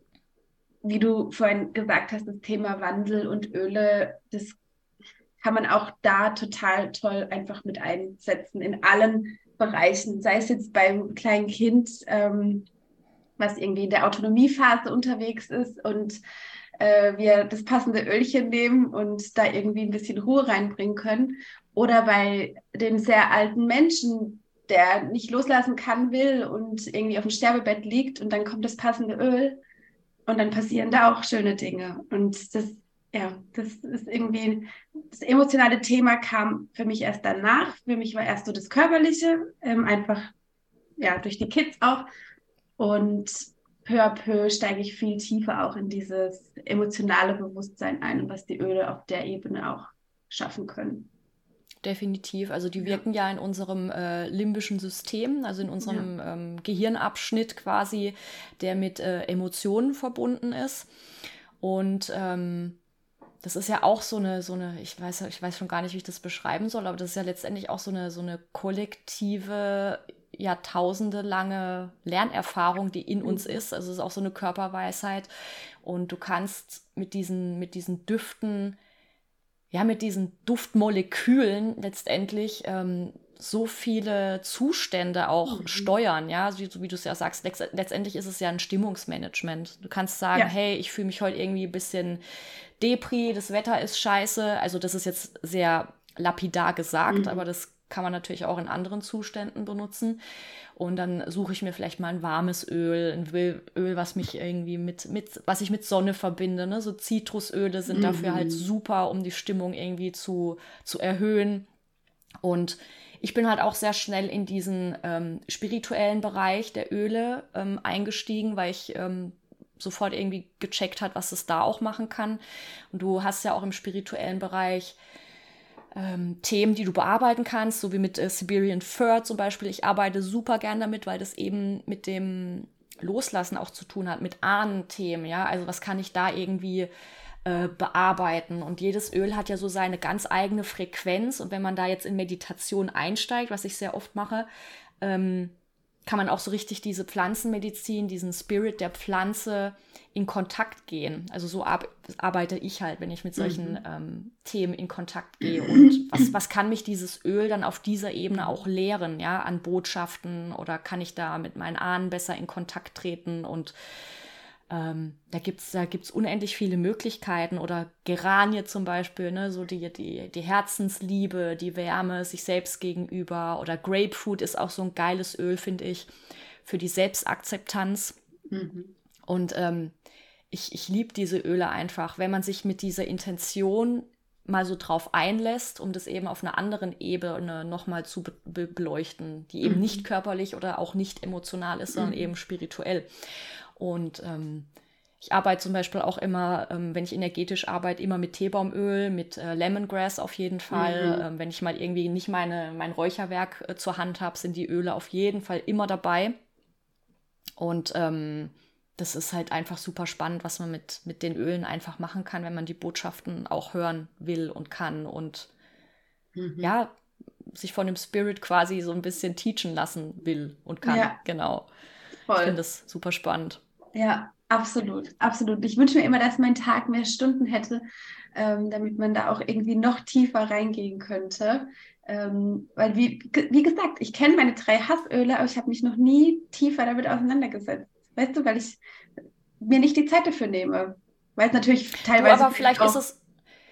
wie du vorhin gesagt hast, das Thema Wandel und Öle, das kann man auch da total toll einfach mit einsetzen in allen Bereichen, sei es jetzt beim kleinen Kind, ähm, was irgendwie in der Autonomiephase unterwegs ist und äh, wir das passende Ölchen nehmen und da irgendwie ein bisschen Ruhe reinbringen können, oder bei dem sehr alten Menschen, der nicht loslassen kann, will und irgendwie auf dem Sterbebett liegt und dann kommt das passende Öl und dann passieren da auch schöne Dinge. Und das, ja, das ist irgendwie, das emotionale Thema kam für mich erst danach. Für mich war erst so das Körperliche, ähm, einfach, ja, durch die Kids auch. Und peu à peu steige ich viel tiefer auch in dieses emotionale Bewusstsein ein und was die Öle auf der Ebene auch schaffen können. Definitiv. Also die Ja. wirken ja in unserem äh, limbischen System, also in unserem Ja. ähm, Gehirnabschnitt quasi, der mit äh, Emotionen verbunden ist. Und ähm, das ist ja auch so eine, so eine, ich weiß, ich weiß schon gar nicht, wie ich das beschreiben soll, aber das ist ja letztendlich auch so eine, so eine kollektive, jahrtausendelange Lernerfahrung, die in uns ist. Also es ist auch so eine Körperweisheit. Und du kannst mit diesen, mit diesen Düften, ja, mit diesen Duftmolekülen letztendlich ähm, so viele Zustände auch Mhm. steuern, ja, wie, wie du es ja sagst, letzt- letztendlich ist es ja ein Stimmungsmanagement. Du kannst sagen, Ja. hey, ich fühle mich heute irgendwie ein bisschen Depri, das Wetter ist scheiße, also das ist jetzt sehr lapidar gesagt, Mhm. aber das kann man natürlich auch in anderen Zuständen benutzen. Und dann suche ich mir vielleicht mal ein warmes Öl, ein Öl, Öl was mich irgendwie mit, mit, was ich mit Sonne verbinde. Ne? So Zitrusöle sind Mhm. dafür halt super, um die Stimmung irgendwie zu, zu erhöhen. Und ich bin halt auch sehr schnell in diesen ähm, spirituellen Bereich der Öle ähm, eingestiegen, weil ich ähm, sofort irgendwie gecheckt hat, was es da auch machen kann. Und du hast ja auch im spirituellen Bereich ähm, Themen, die du bearbeiten kannst, so wie mit äh, Siberian Fir zum Beispiel. Ich arbeite super gern damit, weil das eben mit dem Loslassen auch zu tun hat, mit Ahnenthemen, ja. Also was kann ich da irgendwie äh, bearbeiten? Und jedes Öl hat ja so seine ganz eigene Frequenz. Und wenn man da jetzt in Meditation einsteigt, was ich sehr oft mache, ähm, kann man auch so richtig diese Pflanzenmedizin, diesen Spirit der Pflanze in Kontakt gehen. Also so ar- arbeite ich halt, wenn ich mit solchen Mhm. ähm, Themen in Kontakt gehe. Und was, was kann mich dieses Öl dann auf dieser Ebene auch lehren, ja, an Botschaften, oder kann ich da mit meinen Ahnen besser in Kontakt treten? Und ähm, da gibt's da gibt's unendlich viele Möglichkeiten. Oder Geranie zum Beispiel, ne, so die, die, die Herzensliebe, die Wärme sich selbst gegenüber. Oder Grapefruit ist auch so ein geiles Öl, finde ich, für die Selbstakzeptanz. Mhm. Und ähm, ich, ich liebe diese Öle einfach, wenn man sich mit dieser Intention mal so drauf einlässt, um das eben auf einer anderen Ebene nochmal zu be- be- beleuchten, die eben Mhm. nicht körperlich oder auch nicht emotional ist, sondern Mhm. eben spirituell. Und ähm, ich arbeite zum Beispiel auch immer, ähm, wenn ich energetisch arbeite, immer mit Teebaumöl, mit äh, Lemongrass auf jeden Fall. Mhm. Ähm, wenn ich mal irgendwie nicht meine, mein Räucherwerk äh, zur Hand habe, sind die Öle auf jeden Fall immer dabei. Und ähm, das ist halt einfach super spannend, was man mit, mit den Ölen einfach machen kann, wenn man die Botschaften auch hören will und kann und Mhm. ja, sich von dem Spirit quasi so ein bisschen teachen lassen will und kann. Ja, Genau. Ich voll. finde das super spannend. Ja, absolut, absolut. Ich wünsche mir immer, dass mein Tag mehr Stunden hätte, ähm, damit man da auch irgendwie noch tiefer reingehen könnte. Ähm, weil, wie, ge- wie gesagt, ich kenne meine drei Hassöle, aber ich habe mich noch nie tiefer damit auseinandergesetzt. Weißt du, weil ich mir nicht die Zeit dafür nehme. Weil es natürlich Du, teilweise aber vielleicht ist auch es,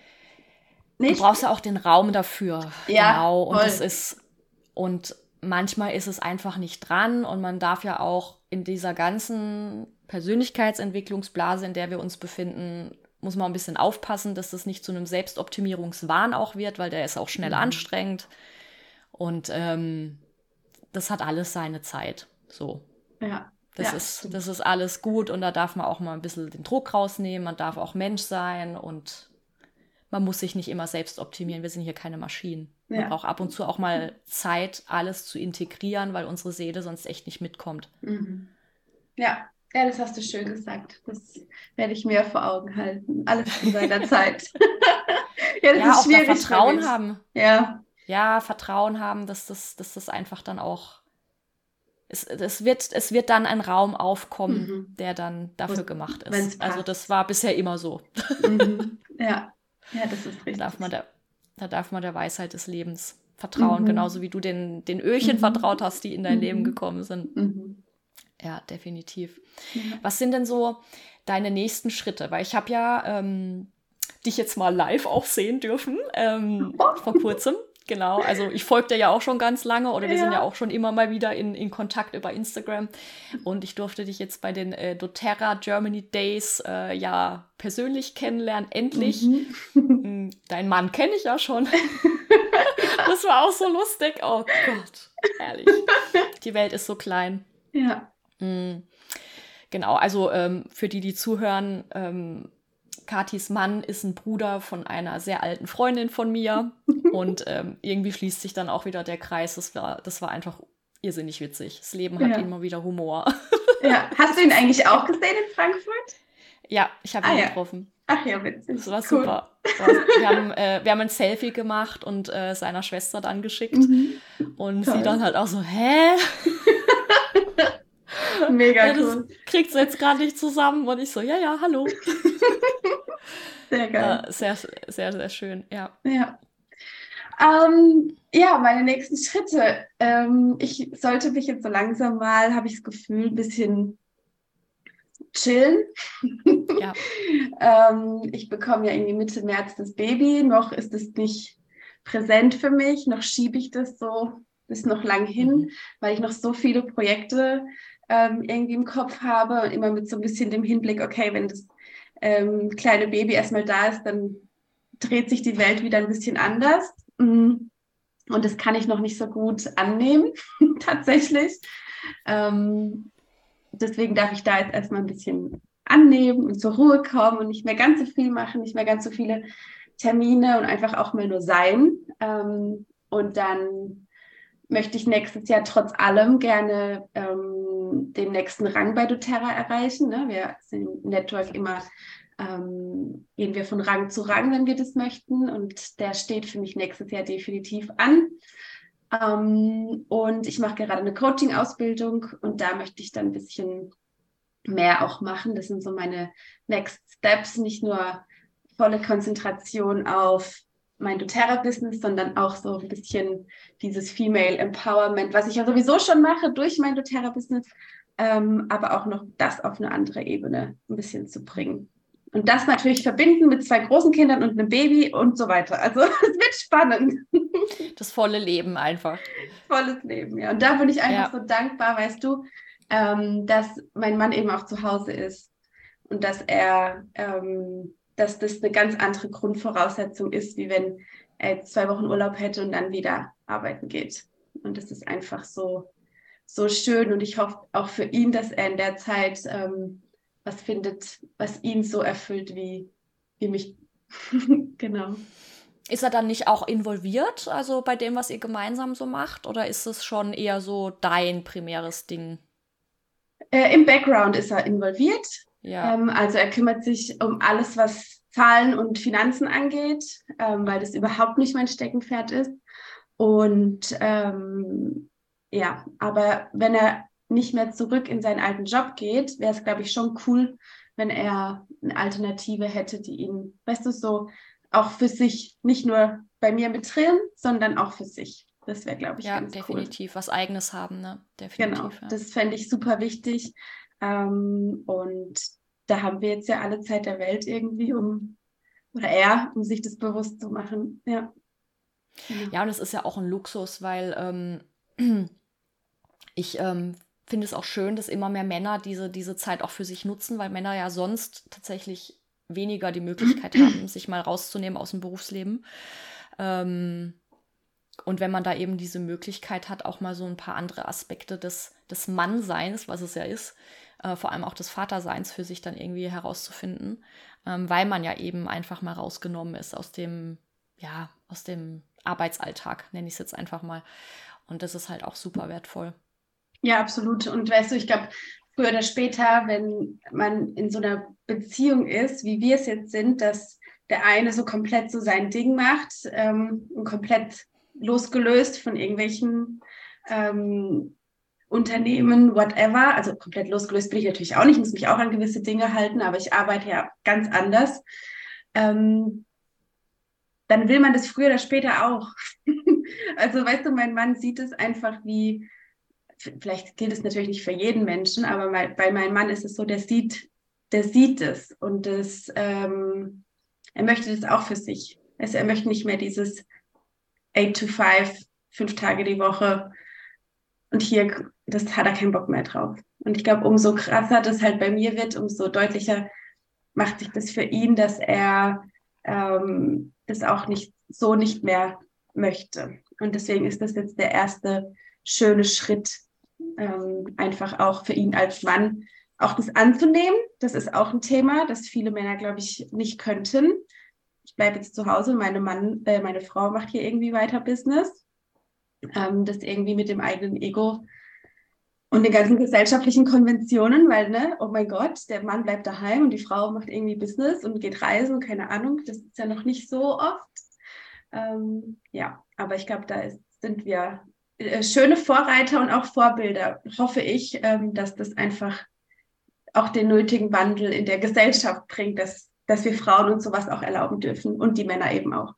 du nicht. brauchst ja auch den Raum dafür, Ja, genau. Und das voll. ist, und manchmal ist es einfach nicht dran und man darf ja auch in dieser ganzen Persönlichkeitsentwicklungsblase, in der wir uns befinden, muss man ein bisschen aufpassen, dass das nicht zu einem Selbstoptimierungswahn auch wird, weil der ist auch schnell Mhm. anstrengend. Und ähm, das hat alles seine Zeit. So. Ja, Das ja, ist, stimmt. das ist alles gut und da darf man auch mal ein bisschen den Druck rausnehmen, man darf auch Mensch sein und man muss sich nicht immer selbst optimieren. Wir sind hier keine Maschinen. Man Ja. braucht ab und zu auch mal Zeit, alles zu integrieren, weil unsere Seele sonst echt nicht mitkommt. Mhm. Ja, ja, das hast du schön gesagt. Das werde ich mir vor Augen halten. Alles in seiner Zeit. Ja, das Ja, ist auch da schwierig für Vertrauen mich. haben. Ja, Ja, Vertrauen haben, dass das, dass das einfach dann auch, es, es, wird, es wird dann ein Raum aufkommen, mhm. der dann dafür gemacht Wenn es ist. Also passt. das war bisher immer so. Mhm. Ja, ja, das ist Da darf man richtig. der, da darf man der Weisheit des Lebens vertrauen, Mhm. genauso wie du den, den Ölchen Mhm. vertraut hast, die in dein Leben Mhm. gekommen sind. Mhm. Ja, definitiv. Ja. Was sind denn so deine nächsten Schritte? Weil ich habe ja ähm, dich jetzt mal live auch sehen dürfen ähm, vor kurzem. Genau, also ich folge dir ja auch schon ganz lange oder wir Ja. sind ja auch schon immer mal wieder in, in Kontakt über Instagram und ich durfte dich jetzt bei den äh, doTERRA Germany Days äh, ja persönlich kennenlernen, endlich. Mhm. Deinen Mann kenne ich ja schon. Das war auch so lustig. Oh Gott, herrlich. Die Welt ist so klein. Ja. Mm, Genau, also ähm, für die, die zuhören, ähm, Katis Mann ist ein Bruder von einer sehr alten Freundin von mir. Und ähm, irgendwie schließt sich dann auch wieder der Kreis. Das war, das war einfach irrsinnig witzig. Das Leben hat Ja. immer wieder Humor. Ja. Hast du ihn eigentlich auch gesehen in Frankfurt? Ja, ich habe Ah ihn ja. getroffen. Ach ja, witzig. Das war Cool. super. War, wir, haben, äh, wir haben ein Selfie gemacht und äh, seiner Schwester dann geschickt. Mhm. Und Toll. sie dann halt auch so, hä? Mega Ja, das cool. kriegt sie jetzt gerade nicht zusammen. Und ich so, ja, ja, hallo. Sehr geil. Äh, sehr, sehr, sehr schön, ja. Ja. Ähm, ja, meine nächsten Schritte. Ähm, ich sollte mich jetzt so langsam mal, habe ich das Gefühl, ein bisschen chillen. Ja. ähm, ich bekomme ja irgendwie Mitte März das Baby. Noch ist es nicht präsent für mich. Noch schiebe ich das so, ist noch lang hin, Mhm. weil ich noch so viele Projekte ähm, irgendwie im Kopf habe und immer mit so ein bisschen dem Hinblick, okay, wenn das ähm, kleine Baby erstmal da ist, dann dreht sich die Welt wieder ein bisschen anders. Und das kann ich noch nicht so gut annehmen, tatsächlich. Ähm, deswegen darf ich da jetzt erstmal ein bisschen annehmen und zur Ruhe kommen und nicht mehr ganz so viel machen, nicht mehr ganz so viele Termine und einfach auch mal nur sein. Ähm, und dann möchte ich nächstes Jahr trotz allem gerne ähm, den nächsten Rang bei doTERRA erreichen. Ne? Wir sind im Network immer, ähm, gehen wir von Rang zu Rang, wenn wir das möchten. Und der steht für mich nächstes Jahr definitiv an. Ähm, und ich mache gerade eine Coaching-Ausbildung und da möchte ich dann ein bisschen mehr auch machen. Das sind so meine Next Steps, nicht nur volle Konzentration auf mein doTERRA-Business, sondern auch so ein bisschen dieses Female Empowerment, was ich ja sowieso schon mache durch mein doTERRA-Business, ähm, aber auch noch das auf eine andere Ebene ein bisschen zu bringen. Und das natürlich verbinden mit zwei großen Kindern und einem Baby und so weiter. Also es wird spannend. Das volle Leben einfach. Volles Leben, ja. Und da bin ich einfach Ja. so dankbar, weißt du, ähm, dass mein Mann eben auch zu Hause ist und dass er, ähm, dass das eine ganz andere Grundvoraussetzung ist, wie wenn er jetzt zwei Wochen Urlaub hätte und dann wieder arbeiten geht. Und das ist einfach so, so schön. Und ich hoffe auch für ihn, dass er in der Zeit ähm, was findet, was ihn so erfüllt wie, wie mich. Genau. Ist er dann nicht auch involviert, also bei dem, was ihr gemeinsam so macht? Oder ist es schon eher so dein primäres Ding? Äh, Im Background ist er involviert. Ja. Ähm, also er kümmert sich um alles, was Zahlen und Finanzen angeht, ähm, weil das überhaupt nicht mein Steckenpferd ist. Und ähm, ja, aber wenn er nicht mehr zurück in seinen alten Job geht, wäre es, glaube ich, schon cool, wenn er eine Alternative hätte, die ihn, weißt du, so auch für sich, nicht nur bei mir mit drin, sondern auch für sich. Das wäre, glaube ich, Ja, ganz definitiv. cool. Was Eigenes haben, ne? Genau, Definitiv, ja. das fände ich super wichtig. Ähm, und da haben wir jetzt ja alle Zeit der Welt irgendwie, um, oder er, um sich das bewusst zu machen. Ja, genau. Ja, und es ist ja auch ein Luxus, weil ähm, ich ähm, finde es auch schön, dass immer mehr Männer diese, diese Zeit auch für sich nutzen, weil Männer ja sonst tatsächlich weniger die Möglichkeit haben, sich mal rauszunehmen aus dem Berufsleben. Ähm, und wenn man da eben diese Möglichkeit hat, auch mal so ein paar andere Aspekte des, des Mannseins, was es ja ist, äh, vor allem auch des Vaterseins für sich dann irgendwie herauszufinden, ähm, weil man ja eben einfach mal rausgenommen ist aus dem, ja, aus dem Arbeitsalltag, nenne ich es jetzt einfach mal. Und das ist halt auch super wertvoll. Ja, absolut. Und weißt du, ich glaube, früher oder später, wenn man in so einer Beziehung ist, wie wir es jetzt sind, dass der eine so komplett so sein Ding macht ähm, und komplett losgelöst von irgendwelchen ähm, Unternehmen, whatever. Also komplett losgelöst bin ich natürlich auch nicht, muss mich auch an gewisse Dinge halten, aber ich arbeite ja ganz anders. Ähm, dann will man das früher oder später auch. Also weißt du, mein Mann sieht es einfach wie, vielleicht gilt es natürlich nicht für jeden Menschen, aber bei meinem Mann ist es so, der sieht, der sieht es und das, ähm, er möchte das auch für sich. Also er möchte nicht mehr dieses eight to five, fünf Tage die Woche. Und hier, das hat er keinen Bock mehr drauf. Und ich glaube, umso krasser das halt bei mir wird, umso deutlicher macht sich das für ihn, dass er ähm, das auch nicht so nicht mehr möchte. Und deswegen ist das jetzt der erste schöne Schritt, ähm, einfach auch für ihn als Mann, auch das anzunehmen. Das ist auch ein Thema, das viele Männer, glaube ich, nicht könnten. Ich bleibe jetzt zu Hause, meine Mann, äh, meine Frau macht hier irgendwie weiter Business. Ähm, das irgendwie mit dem eigenen Ego und den ganzen gesellschaftlichen Konventionen, weil, ne, oh mein Gott, der Mann bleibt daheim und die Frau macht irgendwie Business und geht reisen, keine Ahnung, das ist ja noch nicht so oft. Ähm, ja, aber ich glaube, da ist, sind wir äh, schöne Vorreiter und auch Vorbilder, hoffe ich, ähm, dass das einfach auch den nötigen Wandel in der Gesellschaft bringt, dass, dass wir Frauen uns sowas auch erlauben dürfen und die Männer eben auch.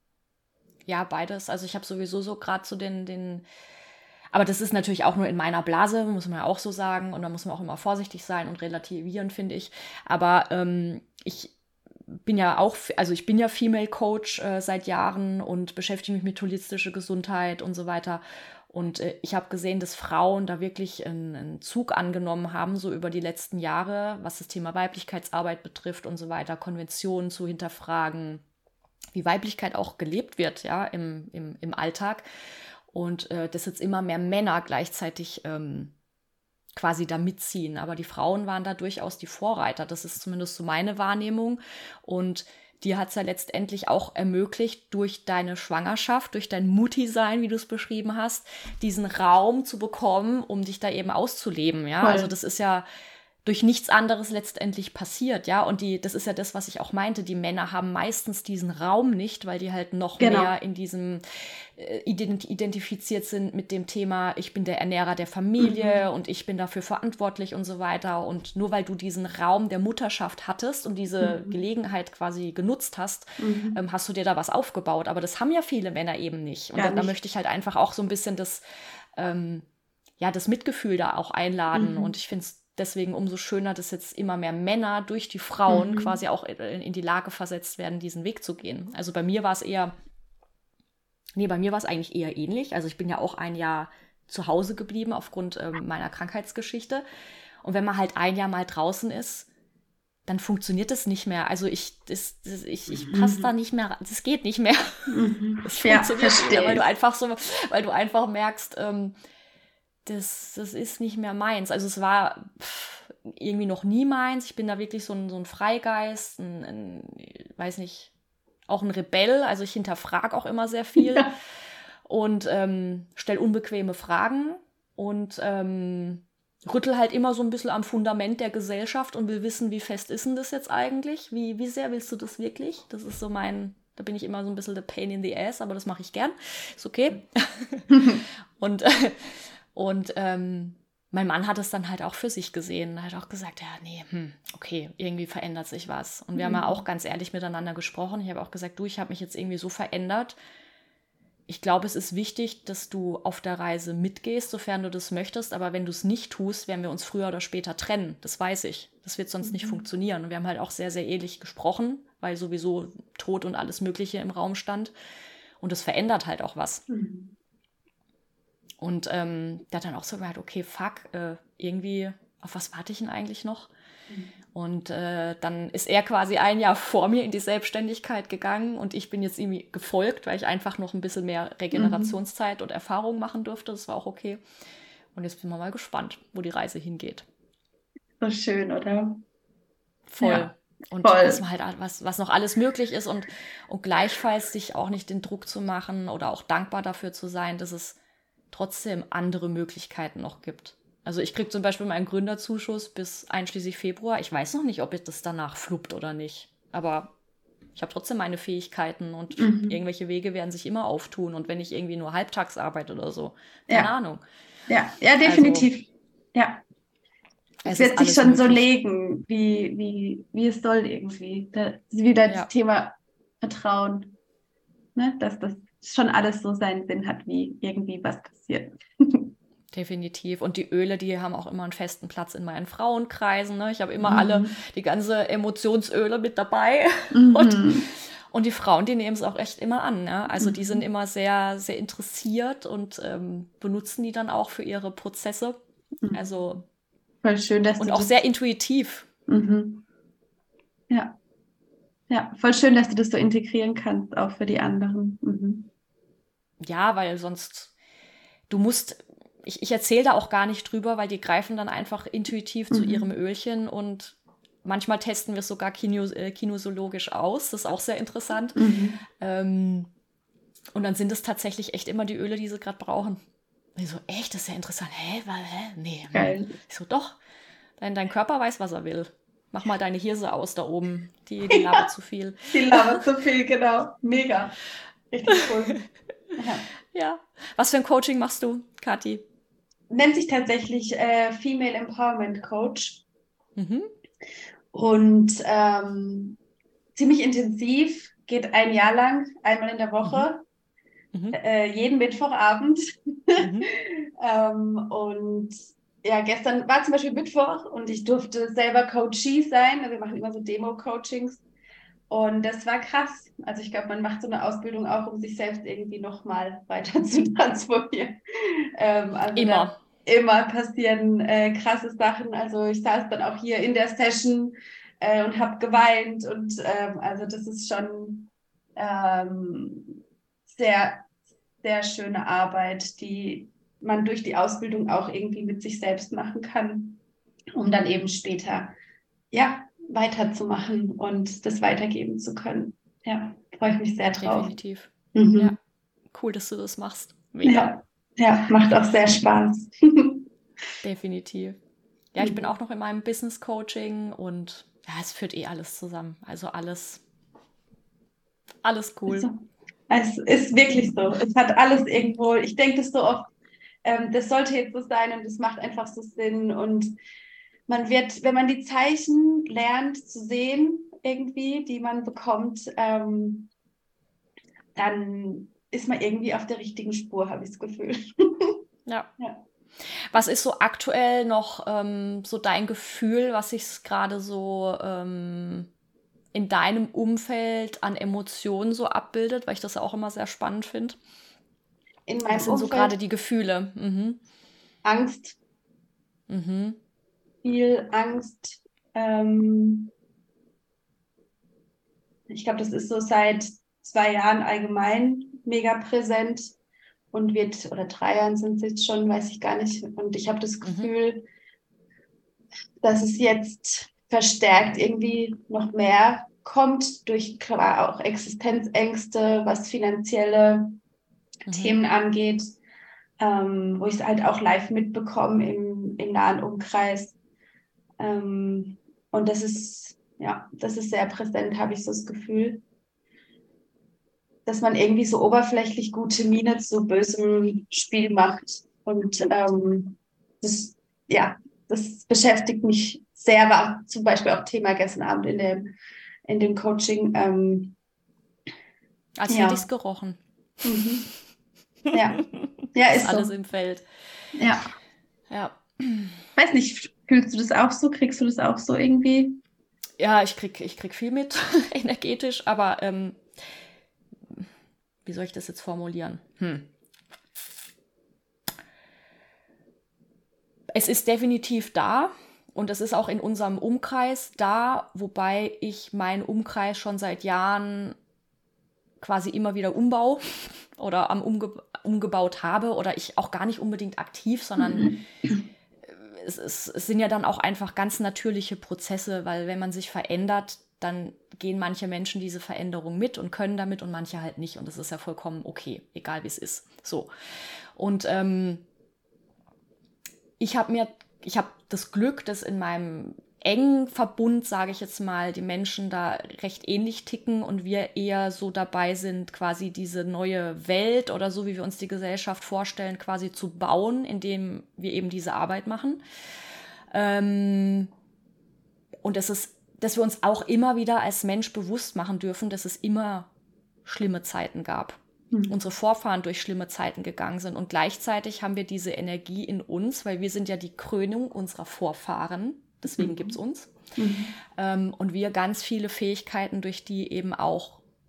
Ja, beides. Also ich habe sowieso so gerade so den, den, aber das ist natürlich auch nur in meiner Blase, muss man ja auch so sagen. Und da muss man auch immer vorsichtig sein und relativieren, finde ich. Aber ähm, ich bin ja auch, also ich bin ja Female Coach äh, seit Jahren und beschäftige mich mit holistischer Gesundheit und so weiter. Und äh, ich habe gesehen, dass Frauen da wirklich einen, einen Zug angenommen haben, so über die letzten Jahre, was das Thema Weiblichkeitsarbeit betrifft und so weiter, Konventionen zu hinterfragen, wie Weiblichkeit auch gelebt wird, ja, im, im, im Alltag. Und äh, dass jetzt immer mehr Männer gleichzeitig ähm, quasi da mitziehen. Aber die Frauen waren da durchaus die Vorreiter. Das ist zumindest so meine Wahrnehmung. Und dir hat es ja letztendlich auch ermöglicht, durch deine Schwangerschaft, durch dein Mutti-Sein, wie du es beschrieben hast, diesen Raum zu bekommen, um dich da eben auszuleben. Ja, Voll. Also das ist ja durch nichts anderes letztendlich passiert, ja, und die, das ist ja das, was ich auch meinte, die Männer haben meistens diesen Raum nicht, weil die halt noch Genau. mehr in diesem äh, ident- identifiziert sind mit dem Thema, ich bin der Ernährer der Familie Mhm. und ich bin dafür verantwortlich und so weiter, und nur weil du diesen Raum der Mutterschaft hattest und diese Mhm. Gelegenheit quasi genutzt hast, Mhm. ähm, hast du dir da was aufgebaut, aber das haben ja viele Männer eben nicht, und Gar da, da nicht. möchte ich halt einfach auch so ein bisschen das, ähm, ja, das Mitgefühl da auch einladen, Mhm. und ich finde es deswegen umso schöner, dass jetzt immer mehr Männer durch die Frauen Mhm. quasi auch in, in die Lage versetzt werden, diesen Weg zu gehen. Also bei mir war es eher, nee, bei mir war es eigentlich eher ähnlich. Also ich bin ja auch ein Jahr zu Hause geblieben aufgrund ähm, meiner Krankheitsgeschichte. Und wenn man halt ein Jahr mal draußen ist, dann funktioniert das nicht mehr. Also ich, das, das, ich, ich passe da nicht mehr, das geht nicht mehr. Mhm. Das Ja, funktioniert nicht mehr, verstehe. weil du einfach so, weil du einfach merkst, ähm, Das, das ist nicht mehr meins. Also es war pff, irgendwie noch nie meins. Ich bin da wirklich so ein, so ein Freigeist, ein, ein, weiß nicht, auch ein Rebell. Also ich hinterfrage auch immer sehr viel Ja. und ähm, stelle unbequeme Fragen und ähm, rüttel halt immer so ein bisschen am Fundament der Gesellschaft und will wissen, wie fest ist denn das jetzt eigentlich? Wie, wie sehr willst du das wirklich? Das ist so mein, da bin ich immer so ein bisschen the pain in the ass, aber das mache ich gern. Ist okay. und Und ähm, mein Mann hat es dann halt auch für sich gesehen. Er hat auch gesagt, ja, nee, hm, okay, irgendwie verändert sich was. Und wir Mhm. haben ja auch ganz ehrlich miteinander gesprochen. Ich habe auch gesagt, du, ich habe mich jetzt irgendwie so verändert. Ich glaube, es ist wichtig, dass du auf der Reise mitgehst, sofern du das möchtest. Aber wenn du es nicht tust, werden wir uns früher oder später trennen. Das weiß ich. Das wird sonst nicht Mhm. funktionieren. Und wir haben halt auch sehr, sehr ähnlich gesprochen, weil sowieso Tod und alles Mögliche im Raum stand. Und es verändert halt auch was. Mhm. Und ähm, der hat dann auch so gemeint, okay, fuck, äh, irgendwie, auf was warte ich denn eigentlich noch? Mhm. Und äh, dann ist er quasi ein Jahr vor mir in die Selbstständigkeit gegangen und ich bin jetzt irgendwie gefolgt, weil ich einfach noch ein bisschen mehr Regenerationszeit und Erfahrung machen durfte. Das war auch okay. Und jetzt bin ich mal gespannt, wo die Reise hingeht. So schön, oder? Voll. Ja, Und voll. was, man halt, was, was noch alles möglich ist und, und gleichfalls sich auch nicht den Druck zu machen oder auch dankbar dafür zu sein, dass es trotzdem andere Möglichkeiten noch gibt. Also ich kriege zum Beispiel meinen Gründerzuschuss bis einschließlich Februar. Ich weiß noch nicht, ob das danach fluppt oder nicht. Aber ich habe trotzdem meine Fähigkeiten und Mhm. irgendwelche Wege werden sich immer auftun. Und wenn ich irgendwie nur halbtags arbeite oder so, keine Ja. Ahnung. Ja, ja, definitiv. Ja. Es Es wird ist sich alles schon so möglich. legen, wie, wie, wie es soll irgendwie. Das ist wieder das Ja. Thema Vertrauen, ne? Dass das schon alles so seinen Sinn hat, wie irgendwie was passiert. Definitiv. Und die Öle, die haben auch immer einen festen Platz in meinen Frauenkreisen. Ne? Ich habe immer Mhm. alle, die ganze Emotionsöle mit dabei. Mhm. Und, Und die Frauen, die nehmen es auch echt immer an. Ne? Also Mhm. die sind immer sehr, sehr interessiert und ähm, benutzen die dann auch für ihre Prozesse. Mhm. Also Voll schön, dass und du auch das. sehr intuitiv. Mhm. Ja, ja, voll schön, dass du das so integrieren kannst, auch für die anderen. Mhm. Ja, weil sonst, du musst, ich, ich erzähle da auch gar nicht drüber, weil die greifen dann einfach intuitiv zu ihrem Mhm. Ölchen und manchmal testen wir es sogar kinio, äh, kinosologisch aus. Das ist auch sehr interessant. Mhm. Ähm, und dann sind es tatsächlich echt immer die Öle, die sie gerade brauchen. Und ich so, echt, das ist ja interessant. Hä? Weil, hä? Nee. Hm. Geil. Ich so, doch. Dein, dein Körper weiß, was er will. Mach mal deine Hirse aus da oben. Die, die labert zu viel. Die labert so viel, genau. Mega. Richtig cool. Ja. Ja. Was für ein Coaching machst du, Kathi? Nennt sich tatsächlich äh, Female Empowerment Coach Mhm. und ähm, ziemlich intensiv, geht ein Jahr lang, einmal in der Mhm. Woche, Mhm. äh, jeden Mittwochabend. Mhm. ähm, und ja, gestern war zum Beispiel Mittwoch und ich durfte selber Coachee sein. Also wir machen immer so Demo-Coachings. Und das war krass. Also ich glaube, man macht so eine Ausbildung auch, um sich selbst irgendwie nochmal weiter zu transformieren. Ähm, also da Immer. immer passieren äh, krasse Sachen. Also ich saß dann auch hier in der Session äh, und habe geweint. Und ähm, also das ist schon ähm, sehr, sehr schöne Arbeit, die man durch die Ausbildung auch irgendwie mit sich selbst machen kann, um dann eben später ja, weiterzumachen und das weitergeben zu können. Ja, freue ich mich sehr drauf. Definitiv. Ja. Mhm. Cool, dass du das machst. Mega. Ja, ja, macht auch sehr Spaß. Definitiv. Ja, ich bin auch noch in meinem Business Coaching und ja, es führt eh alles zusammen. Also alles, alles cool. Also, es ist wirklich so. Es hat alles irgendwo, ich denke das so oft, ähm, das sollte jetzt so sein und es macht einfach so Sinn. Und man wird, wenn man die Zeichen lernt zu sehen, irgendwie, die man bekommt, ähm, dann ist man irgendwie auf der richtigen Spur, habe ich das Gefühl. Ja. Ja. Was ist so aktuell noch ähm, so dein Gefühl, was sich gerade so ähm, in deinem Umfeld an Emotionen so abbildet, weil ich das ja auch immer sehr spannend finde? In Was meinem sind so gerade Umfeld die Gefühle? Mhm. Angst, Mhm. viel Angst. Ähm, ich glaube, das ist so seit zwei Jahren allgemein mega präsent und wird, oder drei Jahren sind es jetzt schon, weiß ich gar nicht. Und ich habe das Mhm. Gefühl, dass es jetzt verstärkt irgendwie noch mehr kommt durch klar auch Existenzängste, was finanzielle Mhm. Themen angeht, ähm, wo ich es halt auch live mitbekomme im, im nahen Umkreis. Ähm, und das ist, ja, das ist sehr präsent, habe ich so das Gefühl, dass man irgendwie so oberflächlich gute Miene zu bösem Spiel macht. Und ähm, das, ja, das beschäftigt mich sehr, war zum Beispiel auch Thema gestern Abend in dem, in dem Coaching. Ähm, Als hätte ich es ja. gerochen. Mhm. Ja. Ja, Ist ist alles so. im Feld. Ja. Ja. Weiß nicht, fühlst du das auch so? Kriegst du das auch so irgendwie? Ja, ich krieg, ich krieg viel mit, energetisch, aber ähm, wie soll ich das jetzt formulieren? Hm. Es ist definitiv da und es ist auch in unserem Umkreis da, wobei ich meinen Umkreis schon seit Jahren quasi immer wieder umbau oder am umge umgebaut habe oder ich auch gar nicht unbedingt aktiv, sondern es, es, es sind ja dann auch einfach ganz natürliche Prozesse, weil wenn man sich verändert, dann gehen manche Menschen diese Veränderung mit und können damit und manche halt nicht. Und das ist ja vollkommen okay, egal wie es ist. So. Und ähm, ich habe mir, ich habe das Glück, dass in meinem engen Verbund, sage ich jetzt mal, die Menschen da recht ähnlich ticken und wir eher so dabei sind, quasi diese neue Welt oder so, wie wir uns die Gesellschaft vorstellen, quasi zu bauen, indem wir eben diese Arbeit machen. Ähm, und das ist, dass wir uns auch immer wieder als Mensch bewusst machen dürfen, dass es immer schlimme Zeiten gab. Mhm. Unsere Vorfahren durch schlimme Zeiten gegangen sind und gleichzeitig haben wir diese Energie in uns, weil wir sind ja die Krönung unserer Vorfahren, deswegen mhm. gibt es uns. Mhm. Ähm, und wir ganz viele Fähigkeiten, durch die eben auch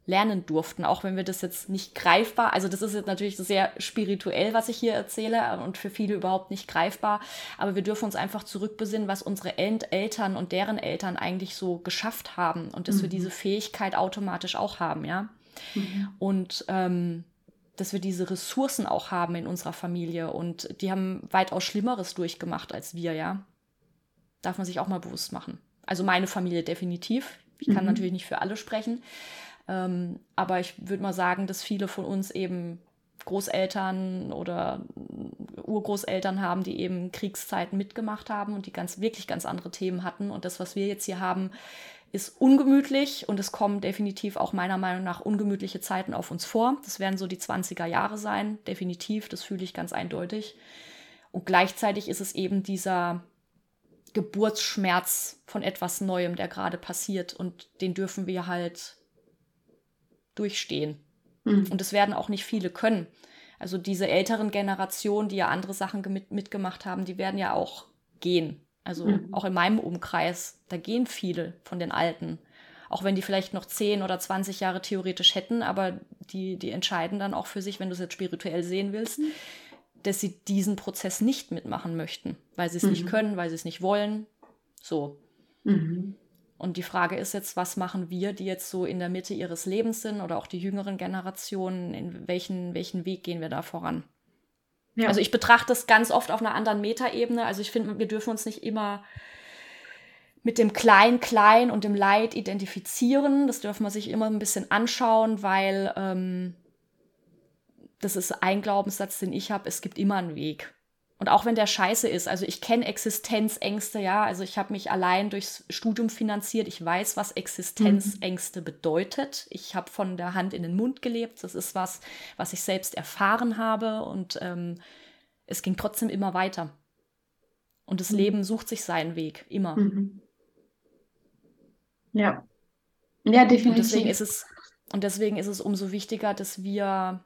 lernen durften, auch wenn wir das jetzt nicht greifbar, also das ist jetzt natürlich sehr spirituell, was ich hier erzähle und für viele überhaupt nicht greifbar, aber wir dürfen uns einfach zurückbesinnen, was unsere El- Eltern und deren Eltern eigentlich so geschafft haben und dass mhm. wir diese Fähigkeit automatisch auch haben, ja. Mhm. Und ähm, dass wir diese Ressourcen auch haben in unserer Familie und die haben weitaus Schlimmeres durchgemacht als wir, ja. Darf man sich auch mal bewusst machen. Also meine Familie definitiv. Ich kann mhm. natürlich nicht für alle sprechen. Ähm, aber ich würde mal sagen, dass viele von uns eben Großeltern oder Urgroßeltern haben, die eben Kriegszeiten mitgemacht haben und die ganz wirklich ganz andere Themen hatten. Und das, was wir jetzt hier haben, ist ungemütlich und es kommen definitiv auch meiner Meinung nach ungemütliche Zeiten auf uns vor. Das werden so die zwanziger Jahre sein, definitiv. Das fühle ich ganz eindeutig. Und gleichzeitig ist es eben dieser Geburtsschmerz von etwas Neuem, der gerade passiert und den dürfen wir halt durchstehen. Mhm. Und es werden auch nicht viele können. Also diese älteren Generationen, die ja andere Sachen mit, mitgemacht haben, die werden ja auch gehen. Also mhm. auch in meinem Umkreis, da gehen viele von den Alten. Auch wenn die vielleicht noch zehn oder zwanzig Jahre theoretisch hätten, aber die, die entscheiden dann auch für sich, wenn du es jetzt spirituell sehen willst, mhm. dass sie diesen Prozess nicht mitmachen möchten, weil sie es mhm. nicht können, weil sie es nicht wollen. So. Mhm. Und die Frage ist jetzt, was machen wir, die jetzt so in der Mitte ihres Lebens sind oder auch die jüngeren Generationen, in welchen, welchen Weg gehen wir da voran? Ja. Also ich betrachte das ganz oft auf einer anderen Metaebene. Also ich finde, wir dürfen uns nicht immer mit dem Klein-Klein und dem Leid identifizieren. Das dürfen wir sich immer ein bisschen anschauen, weil ähm, das ist ein Glaubenssatz, den ich habe, es gibt immer einen Weg. Und auch wenn der scheiße ist, also ich kenne Existenzängste, ja, also ich habe mich allein durchs Studium finanziert, ich weiß, was Existenzängste mhm. bedeutet. Ich habe von der Hand in den Mund gelebt, das ist was, was ich selbst erfahren habe und ähm, es ging trotzdem immer weiter. Und das mhm. Leben sucht sich seinen Weg, immer. Mhm. Ja, ja, definitiv. Und deswegen ist es, und deswegen ist es umso wichtiger, dass wir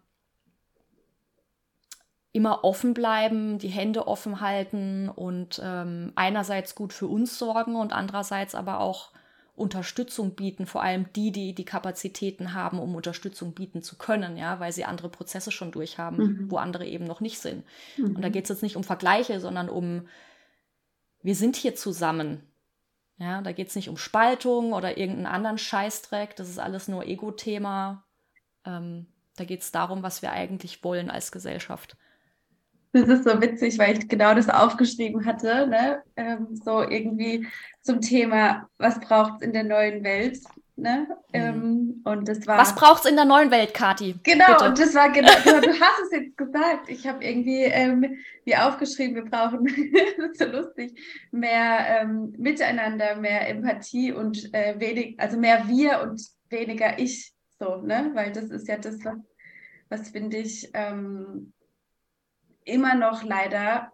immer offen bleiben, die Hände offen halten und ähm, einerseits gut für uns sorgen und andererseits aber auch Unterstützung bieten, vor allem die, die die Kapazitäten haben, um Unterstützung bieten zu können, ja, weil sie andere Prozesse schon durchhaben, mhm. wo andere eben noch nicht sind. Mhm. Und da geht es jetzt nicht um Vergleiche, sondern um, wir sind hier zusammen. Ja, da geht es nicht um Spaltung oder irgendeinen anderen Scheißdreck, das ist alles nur Ego-Thema. Ähm, da geht es darum, was wir eigentlich wollen als Gesellschaft. Das ist so witzig, weil ich genau das aufgeschrieben hatte, ne? Ähm, so irgendwie zum Thema, was braucht es in der neuen Welt, ne? Mhm. Ähm, und das war... Was braucht es in der neuen Welt, Kathi? Genau, Bitte. und das war genau, du, du hast es jetzt gesagt. Ich habe irgendwie ähm, mir aufgeschrieben, wir brauchen, das ist so lustig, mehr ähm, Miteinander, mehr Empathie und äh, wenig, also mehr wir und weniger ich, so, ne? Weil das ist ja das, was, was finde ich... Ähm, immer noch leider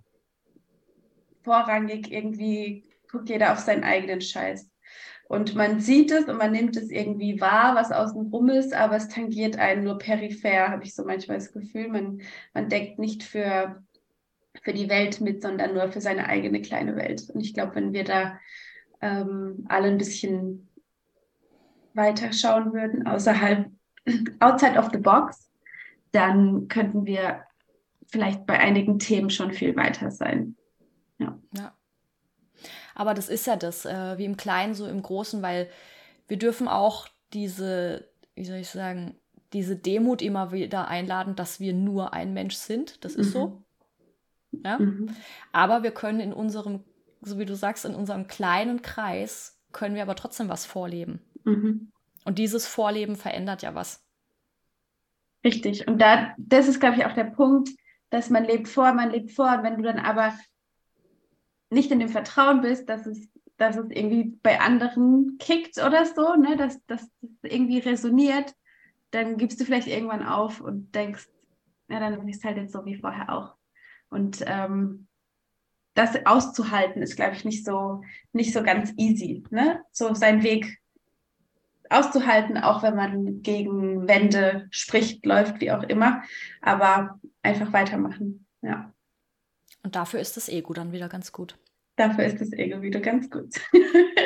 vorrangig irgendwie guckt jeder auf seinen eigenen Scheiß. Und man sieht es und man nimmt es irgendwie wahr, was außen rum ist, aber es tangiert einen nur peripher, habe ich so manchmal das Gefühl. Man, man denkt nicht für, für die Welt mit, sondern nur für seine eigene kleine Welt. Und ich glaube, wenn wir da ähm, alle ein bisschen weiter schauen würden, außerhalb, outside of the box, dann könnten wir vielleicht bei einigen Themen schon viel weiter sein. Ja. Ja. Aber das ist ja das, äh, wie im Kleinen, so im Großen, weil wir dürfen auch diese, wie soll ich sagen, diese Demut immer wieder einladen, dass wir nur ein Mensch sind. Das ist mhm. so. Ja? Mhm. Aber wir können in unserem, so wie du sagst, in unserem kleinen Kreis, können wir aber trotzdem was vorleben. Mhm. Und dieses Vorleben verändert ja was. Richtig. Und da, das ist, glaube ich, auch der Punkt, dass man lebt vor, man lebt vor. Und wenn du dann aber nicht in dem Vertrauen bist, dass es, dass es irgendwie bei anderen kickt oder so, ne, dass das irgendwie resoniert, dann gibst du vielleicht irgendwann auf und denkst, ja, dann mache ich es halt jetzt so wie vorher auch. Und ähm, das auszuhalten ist, glaube ich, nicht so, nicht so ganz easy, ne? So seinen Weg auszuhalten, auch wenn man gegen Wände spricht, läuft, wie auch immer, aber einfach weitermachen, ja. Und dafür ist das Ego dann wieder ganz gut. Dafür ist das Ego wieder ganz gut.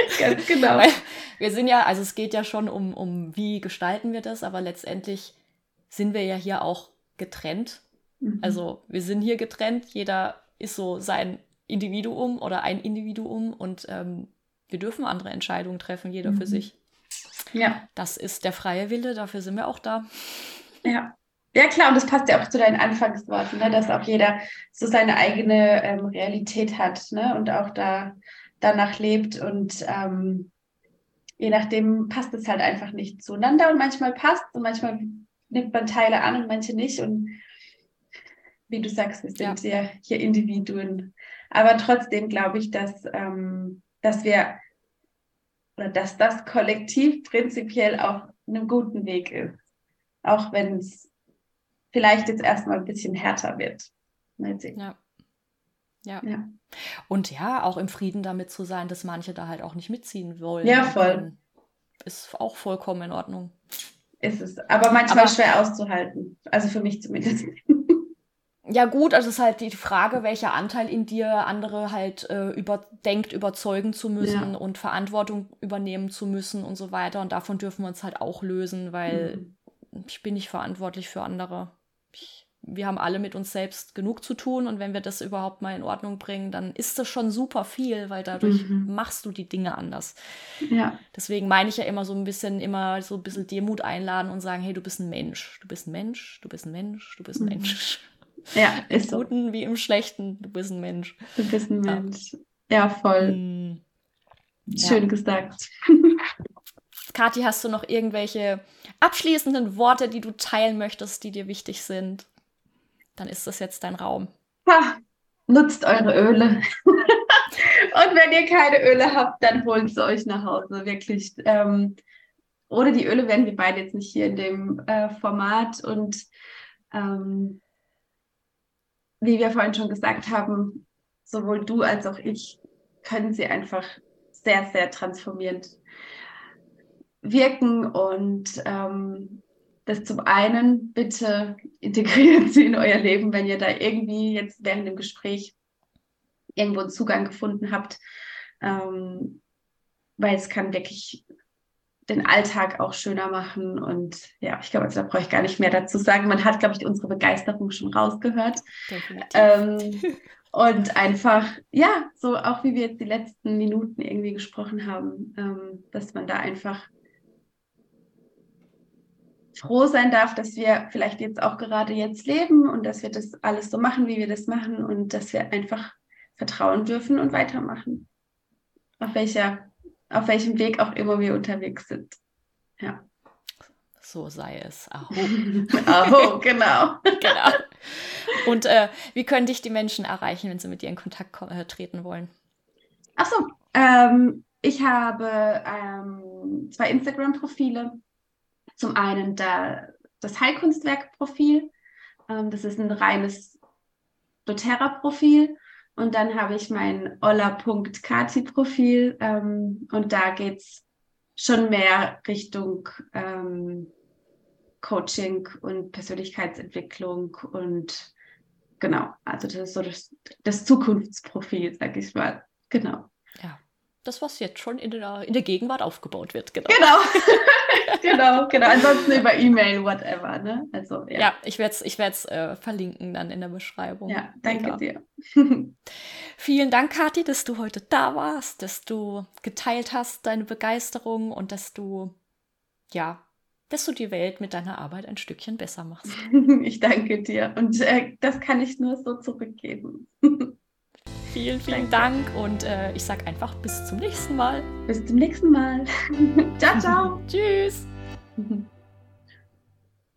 Ganz genau. Weil wir sind ja, also es geht ja schon um, um, wie gestalten wir das, aber letztendlich sind wir ja hier auch getrennt. Mhm. Also wir sind hier getrennt, jeder ist so sein Individuum oder ein Individuum und ähm, wir dürfen andere Entscheidungen treffen, jeder mhm. für sich. Ja. Das ist der freie Wille, dafür sind wir auch da. Ja. Ja, klar, und das passt ja auch zu deinen Anfangsworten, ne? Dass auch jeder so seine eigene ähm, Realität hat, ne? Und auch da danach lebt und ähm, je nachdem passt es halt einfach nicht zueinander und manchmal passt und manchmal nimmt man Teile an und manche nicht und wie du sagst, wir sind ja hier Individuen. Aber trotzdem glaube ich, dass, ähm, dass wir oder dass das Kollektiv prinzipiell auf einem guten Weg ist. Auch wenn es vielleicht jetzt erstmal ein bisschen härter wird. Ja. Ja. ja. Und ja, auch im Frieden damit zu sein, dass manche da halt auch nicht mitziehen wollen. Ja, voll. Ist auch vollkommen in Ordnung. Ist es. Aber manchmal aber, schwer auszuhalten. Also für mich zumindest. Ja gut, also es ist halt die Frage, welcher Anteil in dir andere halt äh, über, denkt, überzeugen zu müssen ja. und Verantwortung übernehmen zu müssen und so weiter. Und davon dürfen wir uns halt auch lösen, weil mhm. ich bin nicht verantwortlich für andere. Ich, wir haben alle mit uns selbst genug zu tun und wenn wir das überhaupt mal in Ordnung bringen, dann ist das schon super viel, weil dadurch mhm. machst du die Dinge anders. Ja. Deswegen meine ich ja immer so ein bisschen, immer so ein bisschen Demut einladen und sagen, hey, du bist ein Mensch, du bist ein Mensch, du bist ein Mensch, du bist ein mhm. Mensch. Ja, ist Im Guten so. Wie im Schlechten, du bist ein Mensch. Du bist ein Mensch. Ja, ja voll. Mm. Schön ja. gesagt. Kathi, hast du noch irgendwelche abschließenden Worte, die du teilen möchtest, die dir wichtig sind? Dann ist das jetzt dein Raum. Ha, nutzt eure Öle. Und wenn ihr keine Öle habt, dann holt sie euch nach Hause. Wirklich. Ähm, ohne die Öle wären wir beide jetzt nicht hier in dem äh, Format. Und ähm, wie wir vorhin schon gesagt haben, sowohl du als auch ich können sie einfach sehr, sehr transformierend wirken. Und ähm, das zum einen, bitte integriert sie in euer Leben, wenn ihr da irgendwie jetzt während dem Gespräch irgendwo einen Zugang gefunden habt, ähm, weil es kann wirklich den Alltag auch schöner machen und ja, ich glaube, also da brauche ich gar nicht mehr dazu sagen. Man hat, glaube ich, unsere Begeisterung schon rausgehört. Ähm, und einfach, ja, so auch wie wir jetzt die letzten Minuten irgendwie gesprochen haben, ähm, dass man da einfach froh sein darf, dass wir vielleicht jetzt auch gerade jetzt leben und dass wir das alles so machen, wie wir das machen und dass wir einfach vertrauen dürfen und weitermachen. Auf welcher, auf welchem Weg auch immer wir unterwegs sind. Ja. So sei es. Aho. Aho, genau. Genau. Und äh, wie können dich die Menschen erreichen, wenn sie mit dir in Kontakt ko- äh, treten wollen? Ach so, ähm, ich habe ähm, zwei Instagram-Profile. Zum einen da, das Heilkunstwerk-Profil. Ähm, das ist ein reines doTERRA-Profil. Und dann habe ich mein olla Punkt kati-Profil. Ähm, und da geht es schon mehr Richtung ähm, Coaching und Persönlichkeitsentwicklung. Und genau, also das ist so das, das Zukunftsprofil, sag ich mal. Genau. Ja, das, was jetzt schon in der, in der Gegenwart aufgebaut wird. Genau. Genau. Genau, genau. Ansonsten über E-Mail, whatever, ne? Also, ja. Ja, ich werde es ich werd's, äh, verlinken dann in der Beschreibung. Ja, danke dir. Vielen Dank, Kathi, dass du heute da warst, dass du geteilt hast deine Begeisterung und dass du, ja, dass du die Welt mit deiner Arbeit ein Stückchen besser machst. Ich danke dir und äh, das kann ich nur so zurückgeben. Vielen, vielen Dank und äh, ich sage einfach bis zum nächsten Mal. Bis zum nächsten Mal. Ciao, ciao. Tschüss.